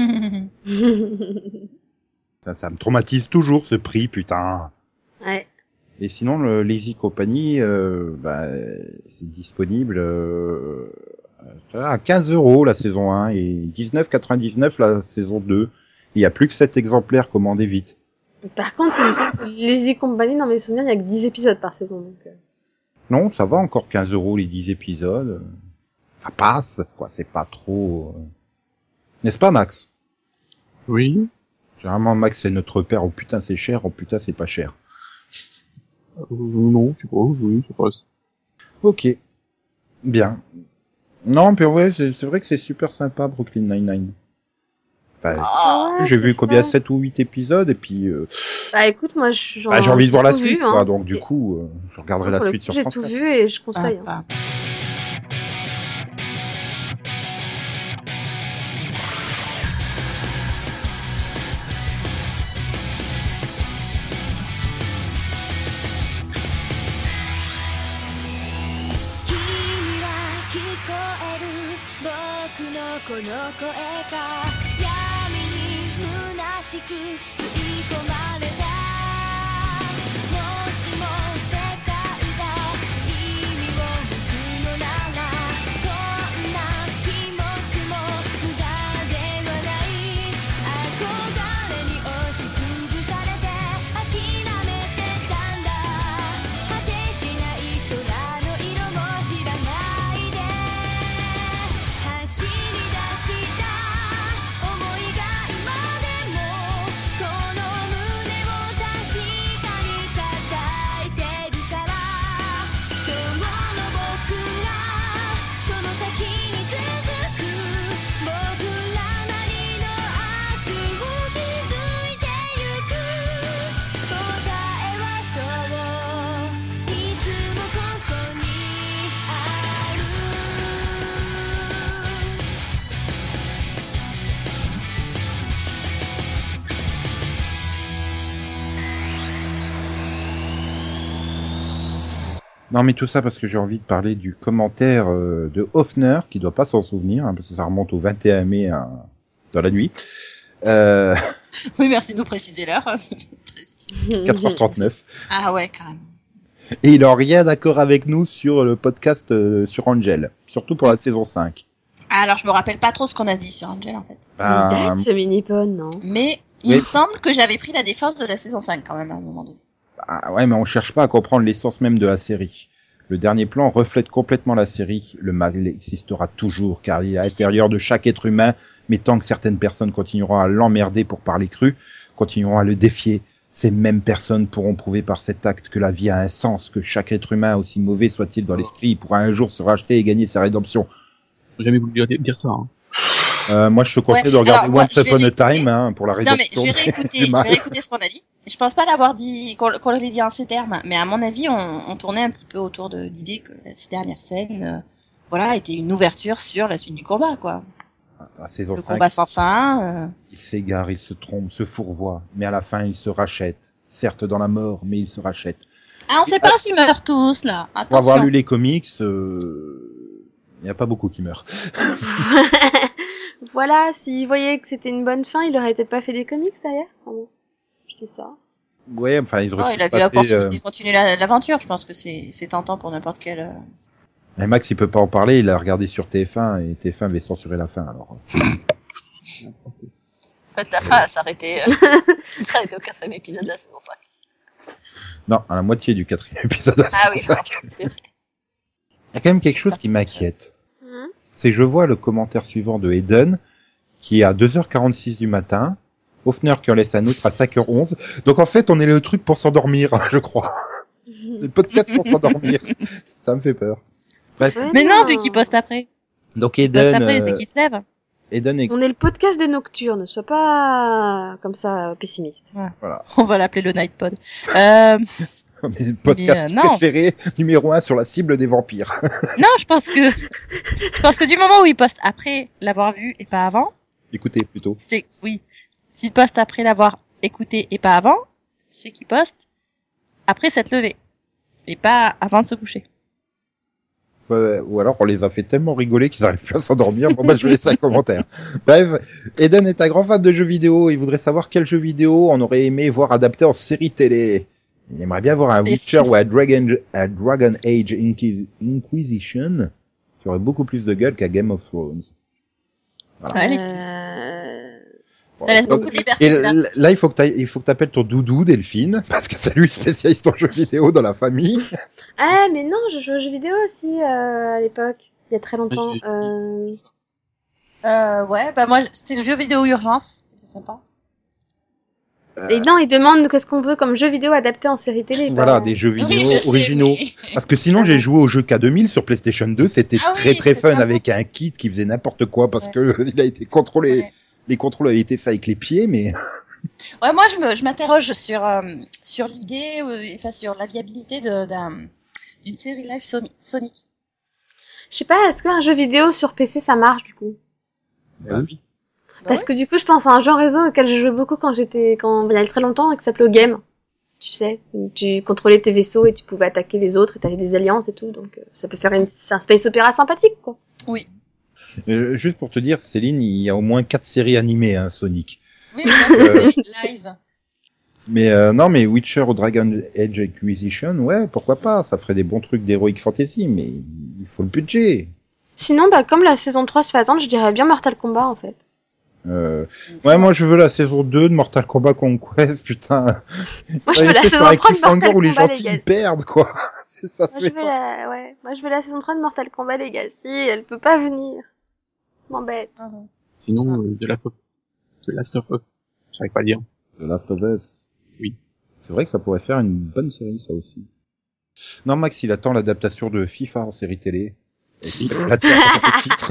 Ça, ça me traumatise toujours ce prix, putain. Ouais. Et sinon, le Lazy Company, euh, bah, c'est disponible euh, à quinze euros la saison un et dix-neuf quatre-vingt-dix-neuf la saison deux. Il y a plus que sept exemplaires commandés vite. Par contre, il me semble que les E-Company, dans mes souvenirs, il y a que dix épisodes par saison. Donc... Non, ça va encore quinze euros les dix épisodes. Ça passe, quoi. C'est pas trop... N'est-ce pas, Max? Oui. Généralement, Max, c'est notre père. Oh putain, c'est cher. Oh putain, c'est pas cher. Euh, non, je sais pas, oui, ça passe. Ok. Bien. Non, puis ouais, c'est, c'est vrai que c'est super sympa, Brooklyn Nine-Nine. Enfin, Ah, j'ai c'est vu combien, ça. sept ou huit épisodes, et puis... Euh, Bah écoute, moi j'en... bah, j'ai envie de voir la tout suite, vu, quoi. hein. Donc, du Et- coup, euh, je regarderai la pour le suite coup, sur j'ai France tout quatre. vu et je Ah, conseille. hein. bah. 君は聞こえる僕のこの声が闇に虚しく吸い込まれたもしも世界が意味を持つのならこんな気持ちも無駄ではない憧れに押しつぶされて諦めてたんだ果てしない空の色も知らないで走り出した想いが今でもこの胸を確かに叩いてるから今日の僕がその先に続く僕らなりの明日を築いてゆく答えはそういつもここにある Non, mais tout ça parce que j'ai envie de parler du commentaire euh, de Hofner, qui doit pas s'en souvenir, hein, parce que ça remonte au vingt et un mai hein, dans la nuit. Euh, Oui, merci de nous préciser l'heure. C'est très utile. quatre heures trente-neuf. Ah ouais, carrément. Et il est en rien d'accord avec nous sur le podcast euh, sur Angel, surtout pour la saison cinq. Ah, alors, je me rappelle pas trop ce qu'on a dit sur Angel, en fait. Il Ben, date ce mini-pod, non? Mais il Oui. me semble que j'avais pris la défense de la saison cinq, quand même, à un moment donné. ah ouais, mais on cherche pas à comprendre l'essence même de la série. Le dernier plan reflète complètement la série. Le mal existera toujours, car il est à l'intérieur de chaque être humain, mais tant que certaines personnes continueront à l'emmerder pour parler cru, continueront à le défier, ces mêmes personnes pourront prouver par cet acte que la vie a un sens, que chaque être humain, aussi mauvais soit-il dans l'esprit, pourra un jour se racheter et gagner sa rédemption. J'ai jamais voulu dire, dire ça, hein. Euh, moi, je te conseille Ouais, de regarder alors, moi, Once je vais Upon a réécouter. Time, hein, pour la Non, mais rédemption. je vais réécouter, du je mal. vais réécouter ce qu'on a dit. Je pense pas l'avoir dit, qu'on, qu'on l'ait dit en ces termes, mais à mon avis, on, on tournait un petit peu autour de l'idée que la dernière scène, euh, voilà, était une ouverture sur la suite du combat, quoi. La saison Le cinq, combat sans fin, euh, il s'égare, il se trompe, se fourvoie, mais à la fin, il se rachète. Certes dans la mort, mais il se rachète. Ah, on sait pas s'ils meurent tous, là. Pour avoir Attention. lu les comics, euh, il n'y a pas beaucoup qui meurent. Voilà, s'il voyait que c'était une bonne fin, il aurait peut-être pas fait des comics derrière. Ah bon, je dis ça. Ouais, enfin, il Oh, aurait il pu a vu passer, l'opportunité euh, de continuer la- l'aventure. Je pense que c'est, c'est tentant pour n'importe quel, euh, mais Max, il peut pas en parler, il a regardé sur T F un, et T F un avait censuré la fin, alors. En fait, la fin, elle s'arrêtait, euh, s'arrêtait au quatrième épisode de la saison cinq. Non, à la moitié du quatrième épisode de la Ah saison oui, cinq. pardon, c'est vrai. Il y a quand même quelque chose qui m'inquiète. Hein C'est que je vois le commentaire suivant de Eden, qui est à deux heures quarante-six du matin, Hofner qui en laisse un autre à cinq heures onze. Donc en fait, on est le truc pour s'endormir, je crois. Le podcast pour s'endormir. Ça me fait peur. Bref. Ouais, Mais non, vu qu'il poste après. Donc Il poste Eden, après, euh, c'est qu'il se lève. Eden est... On est le podcast des nocturnes, sois pas comme ça pessimiste. Voilà. On va l'appeler le Nightpod. Euh, On est le podcast Mais, euh, non. préféré numéro un sur la cible des vampires. non, je pense que, je pense que du moment où il poste après l'avoir vu et pas avant, Écoutez, plutôt. c'est, oui. S'il poste après l'avoir écouté et pas avant, c'est qu'il poste après s'être levé. Et pas avant de se coucher. Ouais, ou alors on les a fait tellement rigoler qu'ils n'arrivent plus à s'endormir. Bon bah je vais laisser un commentaire. Bref, Eden est un grand fan de jeux vidéo. Il voudrait savoir quel jeu vidéo on aurait aimé voir adapté en série télé. Il aimerait bien voir un Les Witcher Sims. ou un Dragon, un Dragon Age Inquis- Inquisition qui aurait beaucoup plus de gueule qu'à Game of Thrones. Voilà. Ouais, les Sims. Euh, Ça laisse beaucoup de liberté. Et ça. l- là, il faut que t'ailles- il faut que t'appelles ton doudou, Delphine, parce que c'est lui spécialiste en jeux vidéo dans la famille. Ah, mais non, je jouais aux jeux vidéo aussi euh, à l'époque, il y a très longtemps. Ouais, j'ai- Euh... Euh, ouais, bah moi, c'était le jeu vidéo urgence. C'est sympa. Et non, il demande qu'est-ce qu'on veut comme jeu vidéo adapté en série télé. Voilà, quoi. des jeux Oui, vidéo je sais, originaux. mais- Parce que sinon, j'ai joué au jeu K deux mille sur PlayStation deux, c'était Ah oui, très très c'est fun sympa. avec un kit qui faisait n'importe quoi parce Ouais. que il a été contrôlé, Ouais. les contrôles avaient été faits avec les pieds, mais Ouais, moi, je me, je m'interroge sur, euh, sur l'idée, euh, enfin, sur la viabilité de, d'un, d'une série live Sony- Sonic. Je sais pas, est-ce qu'un jeu vidéo sur P C ça marche du coup? bah oui. Bah Parce ouais. que du coup, je pense à un jeu réseau auquel je jouais beaucoup quand j'étais, quand il y a très longtemps, et qui s'appelait Game. Tu sais, où tu contrôlais tes vaisseaux et tu pouvais attaquer les autres et t'avais des alliances et tout, donc euh, ça peut faire une, c'est un space opéra sympathique, quoi. Euh, juste pour te dire, Céline, il y a au moins quatre séries animées, hein, Sonic. Oui, mais là, c'est une série live. Mais euh, non, mais Witcher ou Dragon Age Inquisition, ouais, pourquoi pas, ça ferait des bons trucs d'heroic fantasy, mais il faut le budget. Sinon, bah, comme la saison trois se fait attendre, je dirais bien Mortal Kombat, en fait. Euh, ouais, moi je veux la saison deux de Mortal Kombat Conquest, putain. Moi, je veux la C'est saison sur un trois de cliffhanger Mortal où les Kombat gentils ils Legacy. perdent, quoi. C'est ça, Moi, c'est je veux la, ouais. Moi, je veux la saison trois de Mortal Kombat Legacy, elle peut pas venir. M'embête. Sinon, euh, The Last of The Last of Us. J'arrive pas à dire. The Last of Us. Oui. C'est vrai que ça pourrait faire une bonne série, ça aussi. Non, Max, il attend l'adaptation de FIFA en série télé. Et puis, il la tient en tant que titre.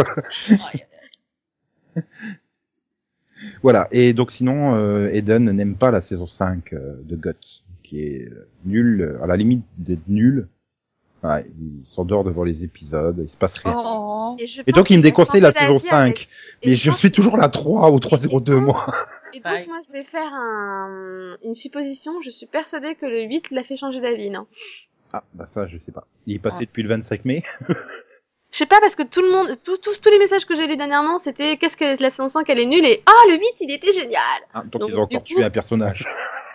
Voilà. Et donc, sinon, euh, Eden n'aime pas la saison cinq euh, de G O T, qui est euh, nulle, à la limite d'être nulle. Ouais, il s'endort devant les épisodes, il se passe rien. Oh. Et, je Et pense donc, il me que je vais déconseille la changer saison d'avis avec- cinq. et Mais je pense suis que- toujours la trois ou trois zéro deux, moi. Et donc, Pareil. moi, je vais faire un... une supposition. Je suis persuadée que le huit l'a fait changer d'avis, non? Ah, bah ça, je sais pas. Il est passé depuis le vingt-cinq mai. Je sais pas, parce que tout le monde, tous, tous, tous les messages que j'ai lus dernièrement, c'était qu'est-ce que la saison cinq elle est nulle et ah, le huit il était génial! Ah, donc, Donc, ils ont du encore coup- tué un personnage.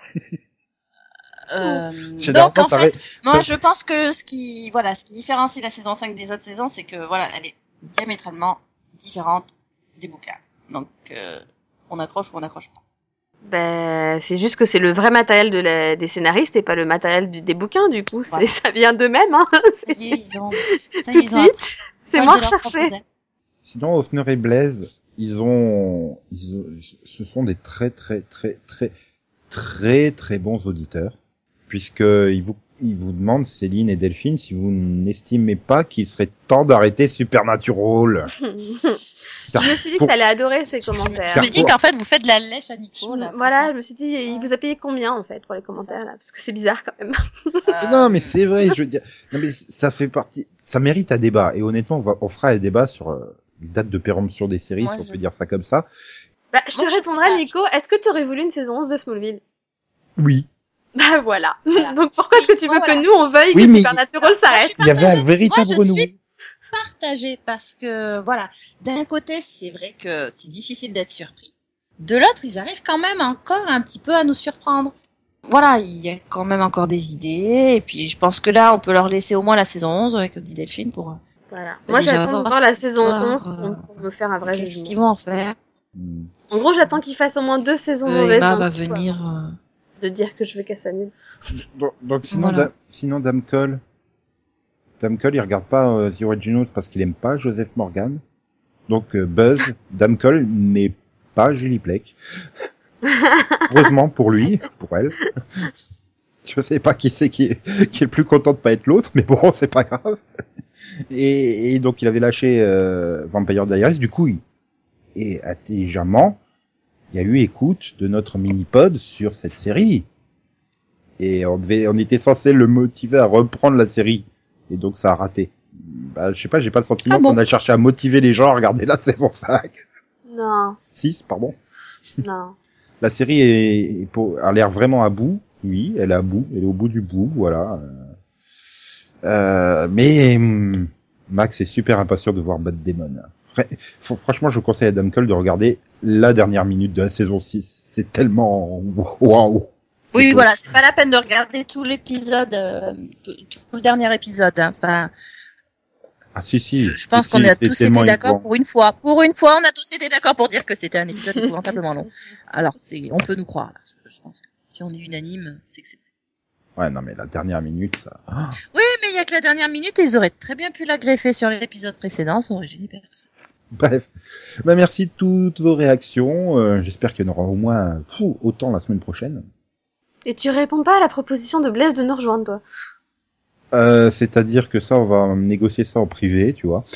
Euh, Généralement, donc, en ça fait, ré- moi, ça- je pense que ce qui, voilà, ce qui différencie la saison cinq des autres saisons, c'est que, voilà, elle est diamétralement différente des bouquins. Donc, euh, on accroche ou on n'accroche pas. Ben, c'est juste que c'est le vrai matériel de la... des scénaristes et pas le matériel du... des bouquins, du coup, c'est... Voilà. ça vient d'eux-mêmes, hein. Ça y est, ils ont, ça y Tout est, de ils ont suite, c'est approché moins de leur recherché. proposer. Sinon, Hoffner et Blaise, ils ont, ils ont, ce sont des très, très, très, très, très, très bons auditeurs, puisque ils vous, ils vous demandent, Céline et Delphine, si vous n'estimez pas qu'il serait temps d'arrêter Supernatural. Je me suis dit que t'allais adorer ces commentaires. Je me dis qu'en fait, vous faites de la lèche à Nico, là. Voilà, je me suis dit, il vous a payé combien, en fait, pour les commentaires, là? Parce que c'est bizarre, quand même. franchement. Non, mais c'est vrai, je veux dire, non, mais ça fait partie, ça mérite un débat, et honnêtement, on, va, on fera un débat sur euh, les dates de péremption des séries, Moi, si on je peut dire sais. ça comme ça. Bah, je te Moi, je sais répondrai, pas. Nico, est-ce que tu aurais voulu une saison onze de Smallville? Oui. Bah, voilà. Voilà. Donc, pourquoi est-ce que tu veux Voilà. que nous, on veuille Oui, que mais- Supernatural s'arrête? Il y avait un Partagé. véritable Moi, je renouveau. suis partagée parce que, voilà, d'un côté, c'est vrai que c'est difficile d'être surpris. De l'autre, ils arrivent quand même encore un petit peu à nous surprendre. Voilà, il y a quand même encore des idées, et puis je pense que là, on peut leur laisser au moins la saison onze, avec comme dit Delphine, pour, Voilà. Faut Moi, déjà j'attends de voir voir la cette saison histoire, onze pour, euh, pour me faire un vrai qu'est-ce jugement. qu'ils vont en faire. Hmm. En gros, j'attends qu'ils fassent au moins deux saisons Euh, mauvaises. Emma d'un va coup, quoi, venir, euh, de dire que je veux qu'elle s'annule. Donc, donc sinon, Voilà. Da- sinon Dame Cole, Dame Cole, il regarde pas euh, The Originals parce qu'il aime pas Joseph Morgan. Donc euh, Buzz, Dame Cole n'est pas Julie Plec. Heureusement pour lui, pour elle. Je sais pas qui c'est qui est, qui est le plus content de pas être l'autre, mais bon, c'est pas grave. Et, et donc il avait lâché euh, Vampire Diaries. Du coup, il, et intelligemment, il y a eu écoute de notre mini-pod sur cette série. Et on devait, on était censé le motiver à reprendre la série. Et donc ça a raté. Bah, je sais pas, j'ai pas le sentiment Ah bon qu'on a cherché à motiver les gens à regarder la saison cinq. Non, six, pardon. non. La série est, est pour- a l'air vraiment à bout. Oui, elle est à bout. Elle est au bout du bout, voilà. Euh, mais hum, Max est super impatient de voir Bad Demon. Fr- faut- Franchement, je conseille à Dame Cole de regarder la dernière minute de la saison six. C'est tellement waouh. C'est Oui, oui, beau. voilà, c'est pas la peine de regarder tout l'épisode, euh, tout, tout le dernier épisode. Hein. Enfin, Ah si si. Je, je pense Si, qu'on a c'est tous été tellement d'accord éprouvant. pour une fois. Pour une fois, on a tous été d'accord pour dire que c'était un épisode épouvantablement long. Alors, c'est, on peut nous croire, là. Je, je pense que si on est unanime, c'est que c'est Ouais, non mais la dernière minute, ça. Ah. Oui, mais il y a que la dernière minute et ils auraient très bien pu la greffer sur l'épisode précédent, ça aurait gêné personne. Bref, bah merci de toutes vos réactions. Euh, J'espère qu'il y en aura au moins fou, autant la semaine prochaine. Et tu réponds pas à la proposition de Blaise de nous rejoindre, toi. Euh, C'est-à-dire que ça, on va négocier ça en privé, tu vois.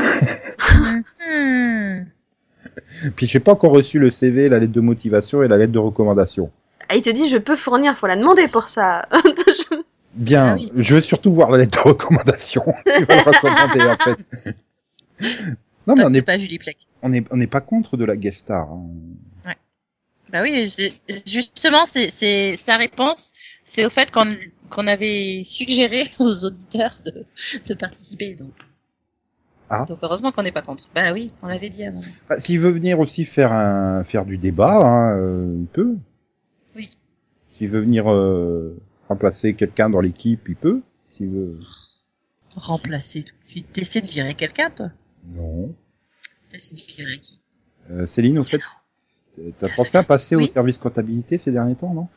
Hmm. Puis j'ai pas encore reçu le C V, la lettre de motivation et la lettre de recommandation. Ah, il te dit, je peux fournir, faut la demander pour ça. Bien, Ah oui. je veux surtout voir la lettre de recommandation. Tu vas le recommander en fait. Non mais Bah, on c'est n'est pas Julie Plec. on est on n'est pas contre de la guest star. Hein. Bah oui, c'est- justement, c'est, c'est sa réponse, c'est au fait qu'on, qu'on avait suggéré aux auditeurs de, de participer, donc. Ah. Donc heureusement qu'on n'est pas contre. Bah oui, on l'avait dit avant. Ah, S'il veut venir aussi faire un faire du débat, hein, euh, il peut. Oui. S'il veut venir euh, remplacer quelqu'un dans l'équipe, il peut. S'il veut. Remplacer tout de suite. T'essaies de virer quelqu'un, toi? Non. T'essaies de virer qui? Euh, Céline, au fait, t'as Ça pensé se à passer oui. au service comptabilité ces derniers temps, non?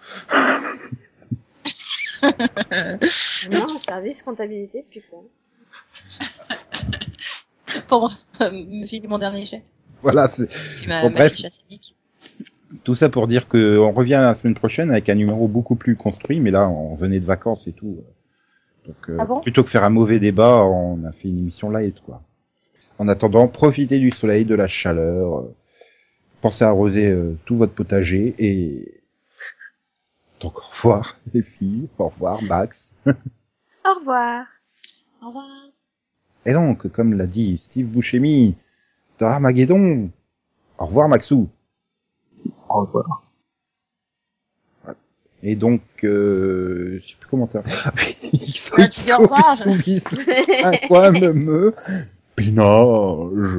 Non, service comptabilité, putain. Pour euh, me filer mon dernier jet. Voilà, c'est Puis ma, Bon, ma bref. fiche acédique. tout ça pour dire que on revient la semaine prochaine avec un numéro beaucoup plus construit, mais là, on venait de vacances et tout. Donc, euh, Ah bon plutôt que faire un mauvais débat, on a fait une émission light, quoi. En attendant, profitez du soleil, de la chaleur. euh, Pensez à arroser euh, tout votre potager et donc au revoir les filles, au revoir Max. Au revoir. Au revoir. Et donc, comme l'a dit Steve Buscemi, dans Armageddon, au revoir Maxou. Au revoir. Et donc, euh, je sais plus comment t'as... X Ah, tu dis au revoir, je- Bisous, bisous. Un coin me me, pinage,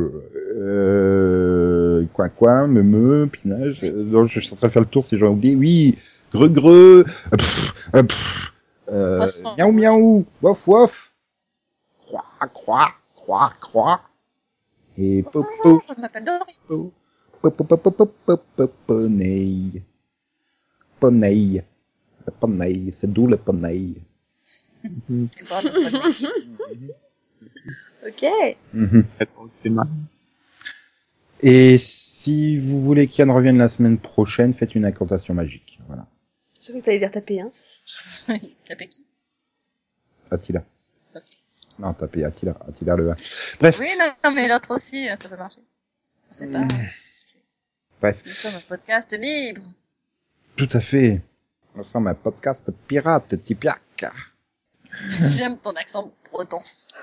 euh, coin coin me me, pinage. Euh, non, je suis en train de faire le tour si j'en oublié. Oui, greu greu, euh, pff, euh, pff, euh, Poisson. miaou miaou, wof wof, croix croix croix croix, et pop Bonjour, pop je m'appelle Dory. pop pop pop pop pop pop pop poney, poney, le poney, c'est d'où le poney. C'est bon, le poney. Ok. Mhm. C'est mal. Et si vous voulez qu'Yann revienne la semaine prochaine, faites une incantation magique. Voilà. Je crois que t'allais dire taper, hein. T'appelles qui? Attila. Ok. Non, tapez Attila. Attila le un. Bref. Oui, non, non, mais l'autre aussi, ça peut marcher. On sait pas. Bref. Nous sommes un podcast libre. Tout à fait. Nous sommes un podcast pirate, Tipiac. J'aime ton accent breton.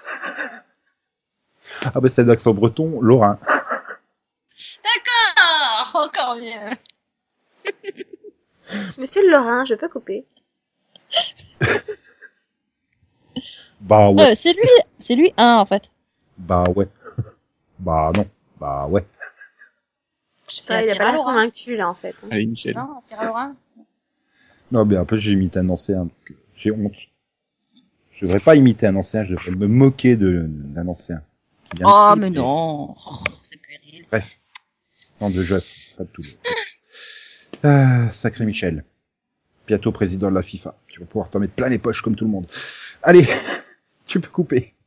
Ah ben c'est l'accent breton, lorrain. D'accord, encore mieux. Monsieur le Lorrain, je peux couper. Bah ouais. Euh, c'est lui, c'est lui un en fait. Bah ouais. Bah non. Bah ouais. Je sais C'est pas, il a Attila pas l'air Lorrain. convaincu, là, en fait. hein. Allez, Michel. Non, Tira Laurent. Non mais après j'ai imité un ancien, donc euh, j'ai honte. Je devrais pas imiter un ancien, je devrais me moquer de d'un ancien. Qui vient de Oh, tout, mais et- non. Oh, c'est puéril. ça. Bref. Non, de Jeff, pas de tout. Ah, sacré Michel. Bientôt président de la FIFA. Tu vas pouvoir t'en mettre plein les poches comme tout le monde. Allez, tu peux couper.